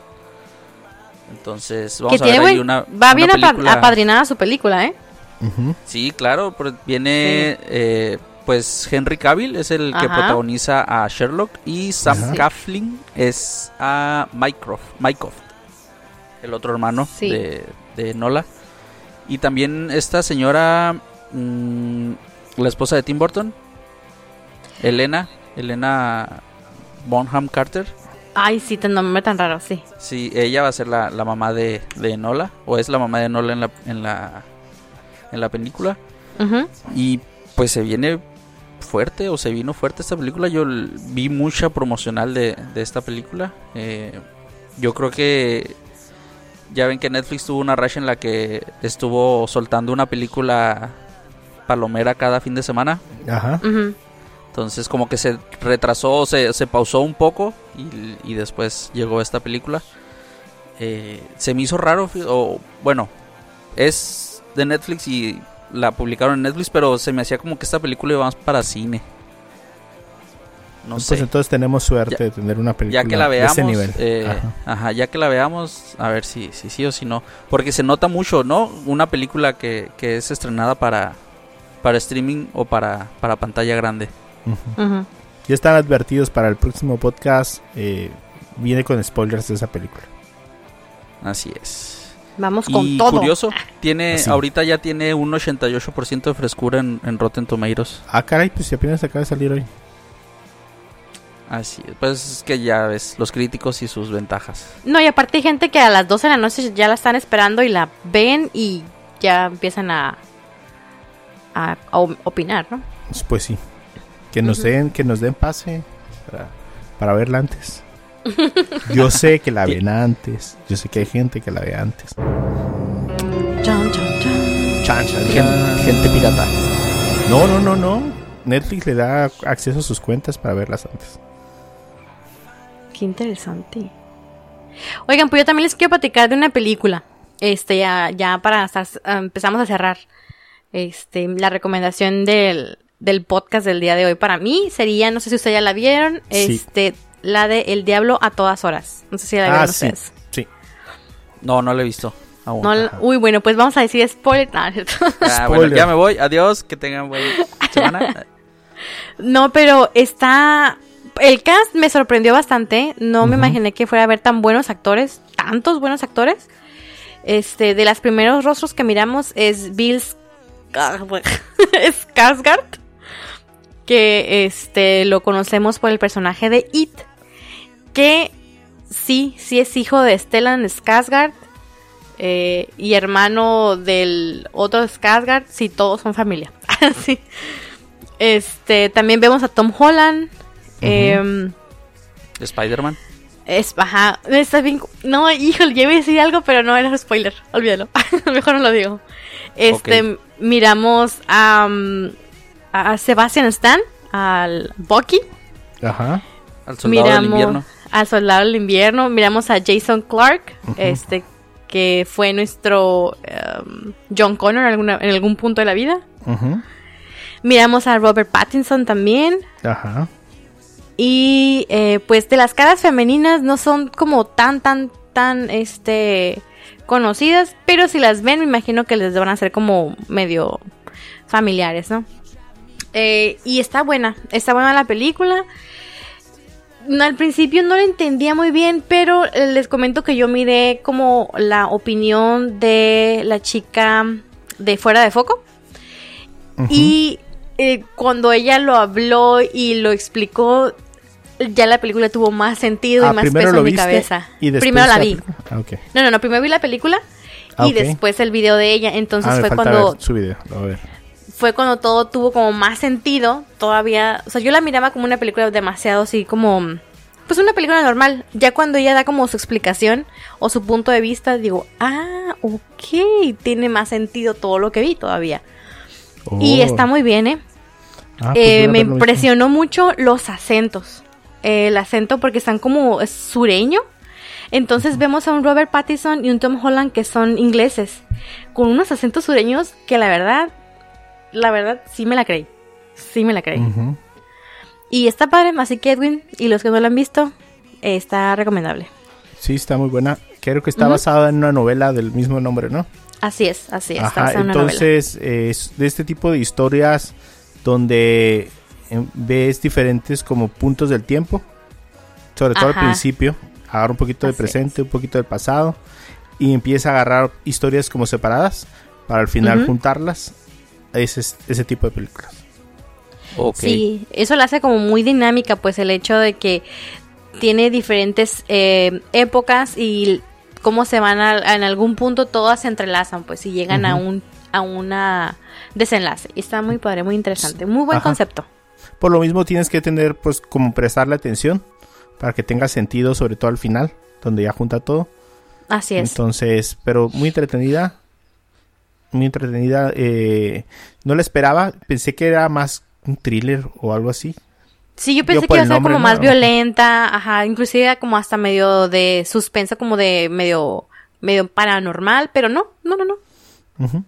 Entonces vamos a ver ahí una va una bien película... apadrinada su película, ¿eh? Uh-huh. Sí, claro, viene sí. eh, pues Henry Cavill es el Ajá. que protagoniza a Sherlock, y Sam Ajá. Claflin es a Mycroft, Mycroft, el otro hermano sí. de, de Enola. Y también esta señora, mmm, la esposa de Tim Burton, Elena, Elena Bonham Carter. Ay, sí, te nombre tan raro, sí. Sí, ella va a ser la, la mamá de, de Enola, o es la mamá de Enola en la en la, en la película. Uh-huh. Y pues se viene fuerte, o se vino fuerte esta película. Yo vi mucha promocional de, de esta película. Eh, yo creo que... Ya ven que Netflix tuvo una racha en la que estuvo soltando una película palomera cada fin de semana. Ajá. Uh-huh. Entonces como que se retrasó, se, se pausó un poco y, y después llegó esta película. Eh, se me hizo raro, o bueno, es de Netflix y la publicaron en Netflix, pero se me hacía como que esta película iba más para cine. No pues sé. Entonces tenemos suerte ya, de tener una película ya que la veamos, de ese nivel. Eh, ajá. ajá, ya que la veamos, a ver si, si sí o si no. Porque se nota mucho, ¿no? Una película que, que es estrenada para, para streaming o para, para pantalla grande. Uh-huh. Uh-huh. Ya están advertidos para el próximo podcast. Eh, viene con spoilers de esa película. Así es. Vamos y con todo. Curioso, tiene, Así. ahorita ya tiene un ochenta y ocho por ciento de frescura en, en Rotten Tomatoes. Ah, caray, pues si apenas acaba de salir hoy. Así es, pues es que ya ves los críticos y sus ventajas. No, y aparte hay gente que a las doce de la noche ya la están esperando y la ven y ya empiezan a, a, a opinar, ¿no? Pues sí, que nos uh-huh. den, que nos den pase para, para verla antes. Yo sé que la ven antes, yo sé que hay gente que la ve antes. Chan, chan, chan. Chan, chan, gente, gente pirata. No, no, no, no. Netflix le da acceso a sus cuentas para verlas antes. Qué interesante. Oigan, pues yo también les quiero platicar de una película. Este, ya, ya para estar, uh, empezamos a cerrar. Este, la recomendación del, del podcast del día de hoy para mí sería, no sé si ustedes ya la vieron, Sí. este, la de El Diablo a todas horas. No sé si ya la vieron Ah, sí, ustedes. sí. No, no lo he visto aún. No, la- uy, bueno, pues vamos a decir spoiler. No, ¿cierto? Ah, Spoiler. bueno, ya me voy. Adiós. Que tengan buena semana. No, pero está... El cast me sorprendió bastante. No me Ujú. imaginé imaginé que fuera a haber tan buenos actores. Tantos buenos actores. Este, de los primeros rostros que miramos es Bill Skarsgård. Que este lo conocemos por el personaje de It. Que sí, sí es hijo de Stellan Skarsgård. Eh, y hermano del otro Skarsgård. Sí, todos son familia. Sí. Este, también vemos a Tom Holland. Eh, Spider-Man. es, ajá, está bien. No, híjole, yo iba a decir algo, pero no era spoiler. Olvídalo. Mejor no lo digo. Este, Ok. miramos a, um, a Sebastian Stan, al Bucky. Ajá. Al soldado del invierno. Miramos al soldado del invierno. Miramos a Jason Clarke, Ujú. este, que fue nuestro um, John Connor en, alguna, en algún punto de la vida. Ujú. Miramos a Robert Pattinson también. Ajá. Y eh, pues de las caras femeninas no son como tan, tan, tan, este, conocidas. Pero si las ven me imagino que les van a ser como medio familiares, ¿no? Eh, y está buena, está buena la película. No, al principio no la entendía muy bien, pero eh, les comento que yo miré como la opinión de la chica de Fuera de Foco. Ujú. Y eh, cuando ella lo habló y lo explicó, ya la película tuvo más sentido Ah, y más primero peso lo en mi viste cabeza. y después Primero la la vi. película. Ah, ok. No, no, no, primero vi la película Ah, y ok. después el video de ella. Entonces Ah, me fue falta cuando ver su video. A ver. fue cuando todo tuvo como más sentido. Todavía, o sea, yo la miraba como una película demasiado así como, pues una película normal. Ya cuando ella da como su explicación o su punto de vista, digo, ah, ok, tiene más sentido todo lo que vi todavía. Y Oh. está muy bien, ¿eh? Ah, pues Eh, voy a me ver lo mismo. impresionó mucho los acentos. Eh, el acento porque están como es sureño. Entonces vemos a un Robert Pattinson y un Tom Holland que son ingleses. Con unos acentos sureños que la verdad, la verdad sí me la creí. Sí me la creí. Ujú. Y está padre, así que Edwin y los que no lo han visto, eh, está recomendable. Sí, está muy buena. Creo que está Ujú. basada en una novela del mismo nombre, ¿no? Así es, así es. está Ajá, basada en una novela. entonces eh, es de este tipo de historias donde eh, ves diferentes como puntos del tiempo, sobre todo Ajá. al principio, agarra un poquito del Así presente, un poquito del pasado y empieza a agarrar historias como separadas para al final Ujú. juntarlas. Ese, ese tipo de películas. Ok. Sí, eso la hace como muy dinámica, pues el hecho de que tiene diferentes eh, épocas y cómo se van a, en algún punto todas se entrelazan, pues y llegan a Ujú. un a una desenlace. Y está muy padre, muy interesante, muy buen Ajá. concepto. Por lo mismo tienes que tener pues como prestarle atención para que tenga sentido, sobre todo al final, donde ya junta todo. Así es. Entonces, pero muy entretenida. Muy entretenida. Eh, no la esperaba. Pensé que era más un thriller o algo así. Sí, yo yo pensé por que iba a el ser nombre, como ¿no? más violenta, ajá, inclusive como hasta medio de suspenso, como de medio medio paranormal, pero no, no, no, no. Ujú.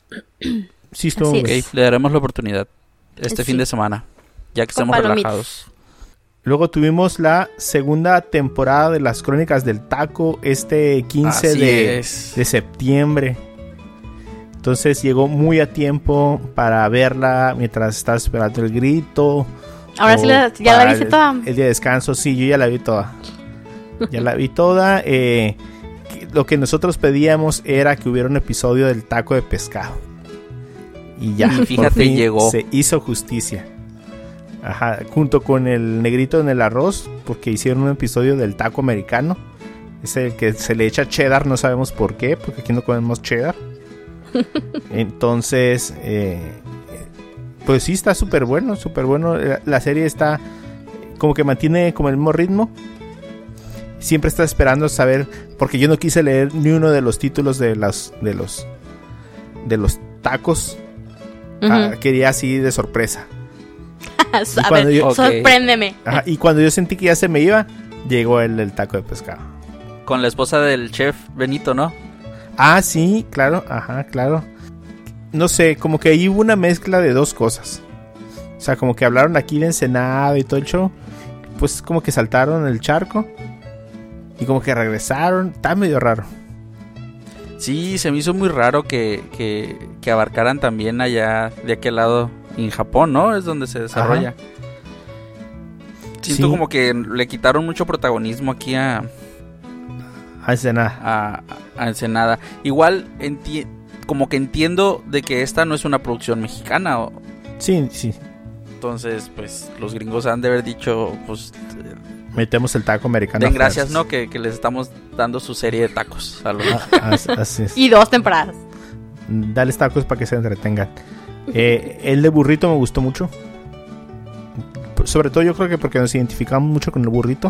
Sí, estuvo Así muy Ok, bien. le daremos la oportunidad este Sí. fin de semana, ya que Con estamos palomitas. relajados. Luego tuvimos la segunda temporada de las Crónicas del Taco este quince Así de, es. de septiembre. Entonces llegó muy a tiempo para verla mientras estás esperando el grito. Ahora sí o la- ya la para viste el- toda. El día de descanso, sí, yo ya la vi toda. Ya la vi toda. eh, que- lo que nosotros pedíamos era que hubiera un episodio del taco de pescado. Y ya, Y por fíjate, fin llegó. se hizo justicia. Ajá, junto con el negrito en el arroz, porque hicieron un episodio del taco americano. Es el que se le echa cheddar, no sabemos por qué, porque aquí no comemos cheddar. Entonces, eh, pues sí, está súper bueno, súper bueno. La, la serie está como que mantiene como el mismo ritmo. Siempre está esperando saber, porque yo no quise leer ni uno de los títulos de las de los de los tacos. Ujú. Ah, quería así de sorpresa. A ver, yo, okay. sorpréndeme. Ajá, y cuando yo sentí que ya se me iba, llegó el, el taco de pescado. Con la esposa del chef Benito, ¿no? Ah, sí, claro, ajá, claro. No sé, como que ahí hubo una mezcla de dos cosas. O sea, como que hablaron aquí de Ensenada y todo el show. Pues como que saltaron el charco. Y como que regresaron. Está medio raro. Sí, se me hizo muy raro que, que, que abarcaran también allá de aquel lado en Japón, ¿no? Es donde se desarrolla. Ajá. Siento sí. como que le quitaron mucho protagonismo aquí a... A Ensenada. A, a Ensenada. Igual, enti- como que entiendo de que esta no es una producción mexicana. ¿O? Sí, sí. Entonces, pues, los gringos han de haber dicho, pues... Metemos el taco americano. Den gracias, ¿no? Que, que les estamos dando su serie de tacos a los... Así, así es. Y dos temporadas. Dales tacos para que se entretengan. Eh, el de burrito me gustó mucho. Sobre todo yo creo que porque nos identificamos mucho con el burrito.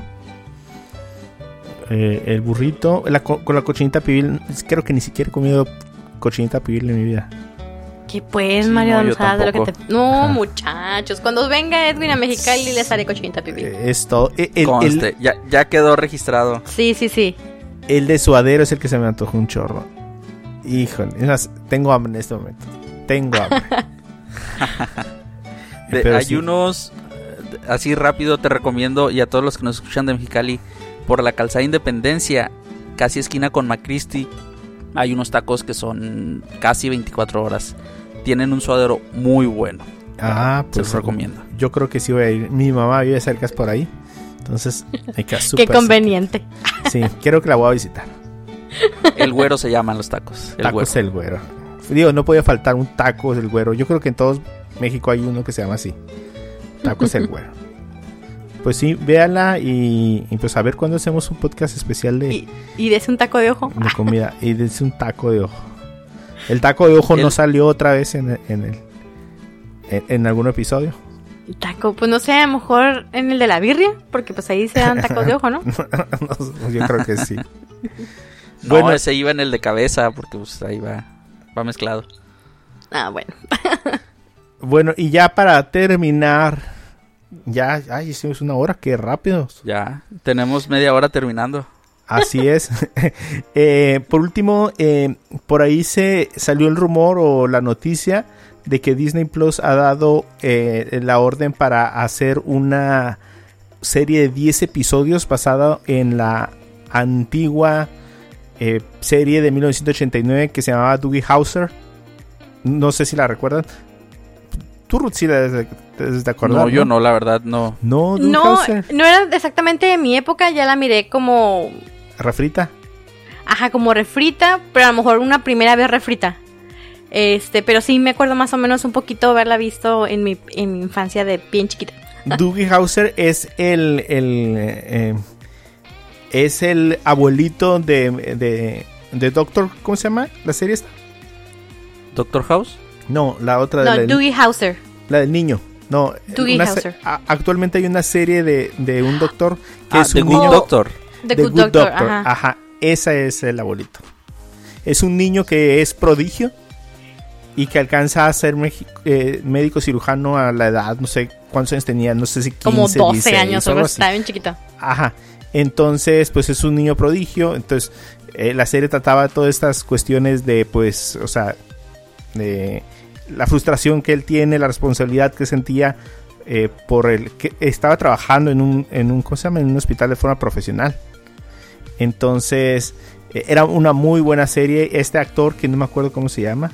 Eh, el burrito, la, con la cochinita pibil. Creo que ni siquiera he comido cochinita pibil en mi vida. ¿Qué pues, sí, Mario? No, sabes de lo que te... no Ajá. muchachos. Cuando venga Edwin a Mexicali les haré cochinita pibil. Eh, es todo. El, el, Conste, el... Ya, ya quedó registrado. Sí, sí, sí. El de suadero es el que se me antojó un chorro. Híjole, es más, tengo hambre en este momento. Tengo hambre. de, hay sí. unos, así rápido te recomiendo, y a todos los que nos escuchan de Mexicali, por la calzada Independencia, casi esquina con Macristi, hay unos tacos que son casi veinticuatro horas. Tienen un suadero muy bueno. Ah, pues se los recomiendo. Yo creo que sí voy a ir. Mi mamá vive cerca por ahí. Entonces, hay que Qué conveniente. Sí, quiero que la voy a visitar. El Güero se llaman los tacos. El tacos güero. El Güero. Digo, no podía faltar un taco del Güero. Yo creo que en todo México hay uno que se llama así. Tacos El Güero. Pues sí, véala y, y pues a ver cuándo hacemos un podcast especial de... Y, y dese un taco de ojo. De comida. Y dese un taco de ojo. El taco de ojo el... no salió otra vez en, en el... En, en algún episodio. Taco, pues no sé, a lo mejor en el de la birria, porque pues ahí se dan tacos de ojo, ¿no? No, yo creo que sí. No, bueno, ese iba en el de cabeza, porque pues ahí va, va mezclado. Ah, bueno. Bueno, y ya para terminar, ya, ay, hicimos una hora, qué rápido. Ya, tenemos media hora terminando. Así es. eh, por último, eh, por ahí se salió el rumor o la noticia de que Disney Plus ha dado eh, la orden para hacer una serie de diez episodios basada en la antigua eh, serie de mil novecientos ochenta y nueve que se llamaba Doogie Howser. No sé si la recuerdan. Tú, Ruth, sí la debes de acordar. No, yo no, la verdad, no. No, Doogie no, Howser. No era exactamente de mi época, ya la miré como... ¿Refrita? Ajá, como refrita, pero a lo mejor una primera vez refrita. Este, pero sí me acuerdo más o menos un poquito haberla visto en mi, en mi infancia de bien chiquita. Doogie Howser es el, el eh, es el abuelito de, de, de Doctor, ¿cómo se llama la serie esta? ¿Doctor House? No, la otra no, de la, Doogie Howser. La del niño. No, Doogie Howser. A, actualmente hay una serie de, de un doctor que ah, es The un Good niño. Doctor. The, The Good, Good Doctor. Doctor. Ajá. Ajá, ese es el abuelito. Es un niño que es prodigio y que alcanza a ser eh, médico cirujano a la edad, no sé cuántos años tenía, no sé si quince, como doce dieciséis, años, algo así. Está bien chiquito. Ajá, entonces pues es un niño prodigio, entonces eh, la serie trataba todas estas cuestiones de pues, o sea, de la frustración que él tiene, la responsabilidad que sentía eh, por el que estaba trabajando en un, en un, ¿cómo se llama? En un hospital de forma profesional. Entonces eh, era una muy buena serie. Este actor que no me acuerdo cómo se llama,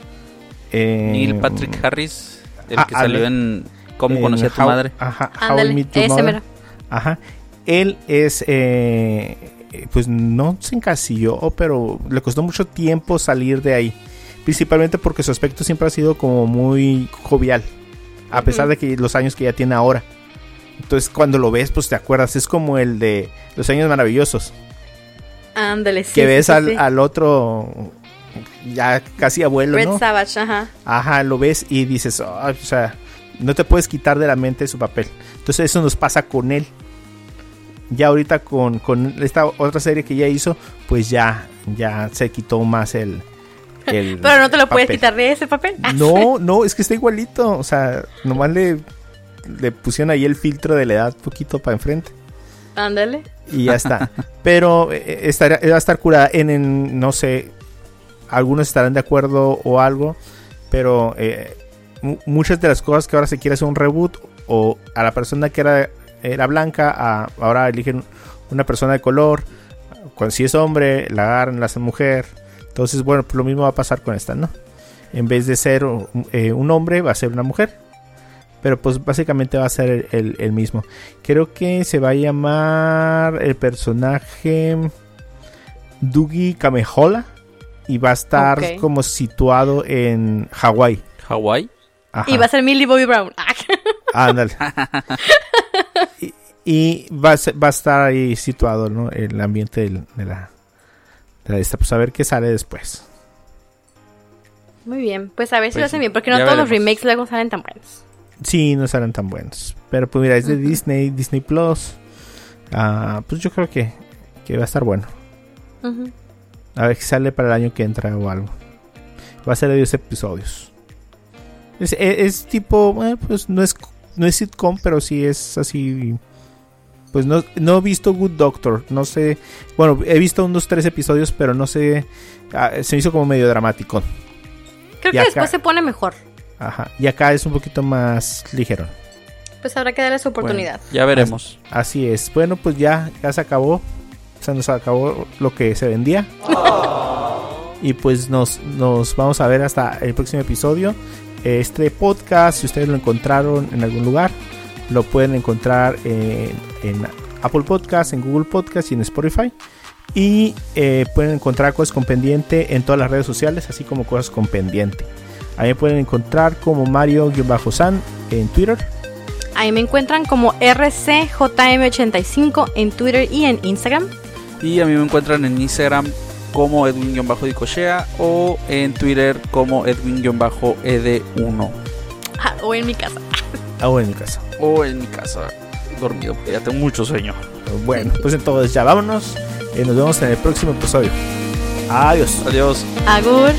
Eh, Neil Patrick Harris, el ah, que salió ale, en ¿Cómo en conocí a tu how, madre? Ajá, How I Met Your Mother. Ajá. Él es, eh, pues no se encasilló, pero le costó mucho tiempo salir de ahí. Principalmente porque su aspecto siempre ha sido como muy jovial, a pesar uh-huh. de que los años que ya tiene ahora. Entonces cuando lo ves, pues te acuerdas. Es como el de Los Años Maravillosos. Ándale, sí. Que ves sí, al, sí. al otro... ya casi abuelo, Red ¿no? Savage, ajá. Ajá, lo ves y dices, oh, o sea, no te puedes quitar de la mente su papel. Entonces eso nos pasa con él. Ya ahorita con, con esta otra serie que ya hizo, pues ya, ya se quitó más el, el Pero no te lo papel. Puedes quitar de ese papel. No, no, es que está igualito. O sea, nomás le le pusieron ahí el filtro de la edad un poquito para enfrente. Ándale. Y ya está. Pero eh, estará, va a estar curada en, en, no sé, algunos estarán de acuerdo o algo, pero eh, m- muchas de las cosas que ahora se quiere hacer un reboot, o a la persona que era, era blanca, a, ahora eligen una persona de color, cuando si es hombre, la agarran, la hacen mujer. Entonces, bueno, pues lo mismo va a pasar con esta, ¿no? En vez de ser eh, un hombre, va a ser una mujer. Pero pues básicamente va a ser el, el, el mismo. Creo que se va a llamar el personaje Dougie Kamehola. Y va a estar okay. como situado en Hawái. ¿Hawái? Y va a ser Millie Bobby Brown. Ándale. y y va, a ser, va a estar ahí situado, ¿no? El ambiente del, de la... De la lista. Pues a ver qué sale después. Muy bien. Pues a ver si pues lo hacen bien. Porque no ya todos veremos. los remakes luego salen tan buenos. Sí, no salen tan buenos. Pero pues mira, es de uh-huh. Disney, Disney Plus. Uh, pues yo creo que, que va a estar bueno. Uh-huh. A ver si sale para el año que entra o algo. Va a ser de diez episodios. Es, es, es tipo, bueno, pues no es, no es sitcom, pero sí es así. Pues no, no he visto Good Doctor. No sé. Bueno, he visto unos tres episodios, pero no sé. Uh, se me hizo como medio dramático. Creo y que acá, después se pone mejor. Ajá. Y acá es un poquito más ligero. Pues habrá que darle su oportunidad. Bueno, ya veremos. Así, así es. Bueno, pues ya, ya se acabó. Se nos acabó lo que se vendía. Oh. Y pues nos, nos vamos a ver hasta el próximo episodio. Este podcast, si ustedes lo encontraron en algún lugar, lo pueden encontrar en, en Apple Podcast, en Google Podcast y en Spotify. Y eh, pueden encontrar Cosas con Pendiente en todas las redes sociales, así como Cosas con Pendiente. Ahí me pueden encontrar como Mario-San en Twitter. Ahí me encuentran como R C J M ochenta y cinco en Twitter y en Instagram. Y a mí me encuentran en Instagram como Edwin-Dicochea o en Twitter como Edwin-E D uno. Ah, o en mi casa. Ah, o en mi casa. O en mi casa, dormido, porque ya tengo mucho sueño. Bueno, pues entonces ya vámonos. Eh, nos vemos en el próximo episodio. Adiós. Adiós. Agur.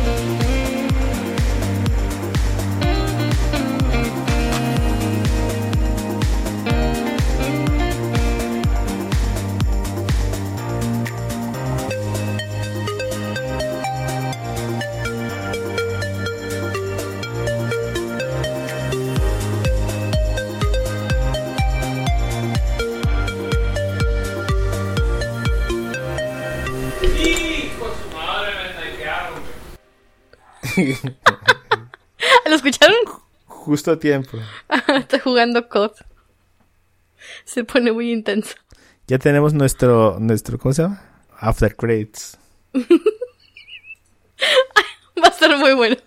¿Lo escucharon? Justo a tiempo. Estoy jugando C O D. Se pone muy intenso. Ya tenemos nuestro, nuestro ¿cómo se llama? After Credits. Va a estar muy bueno.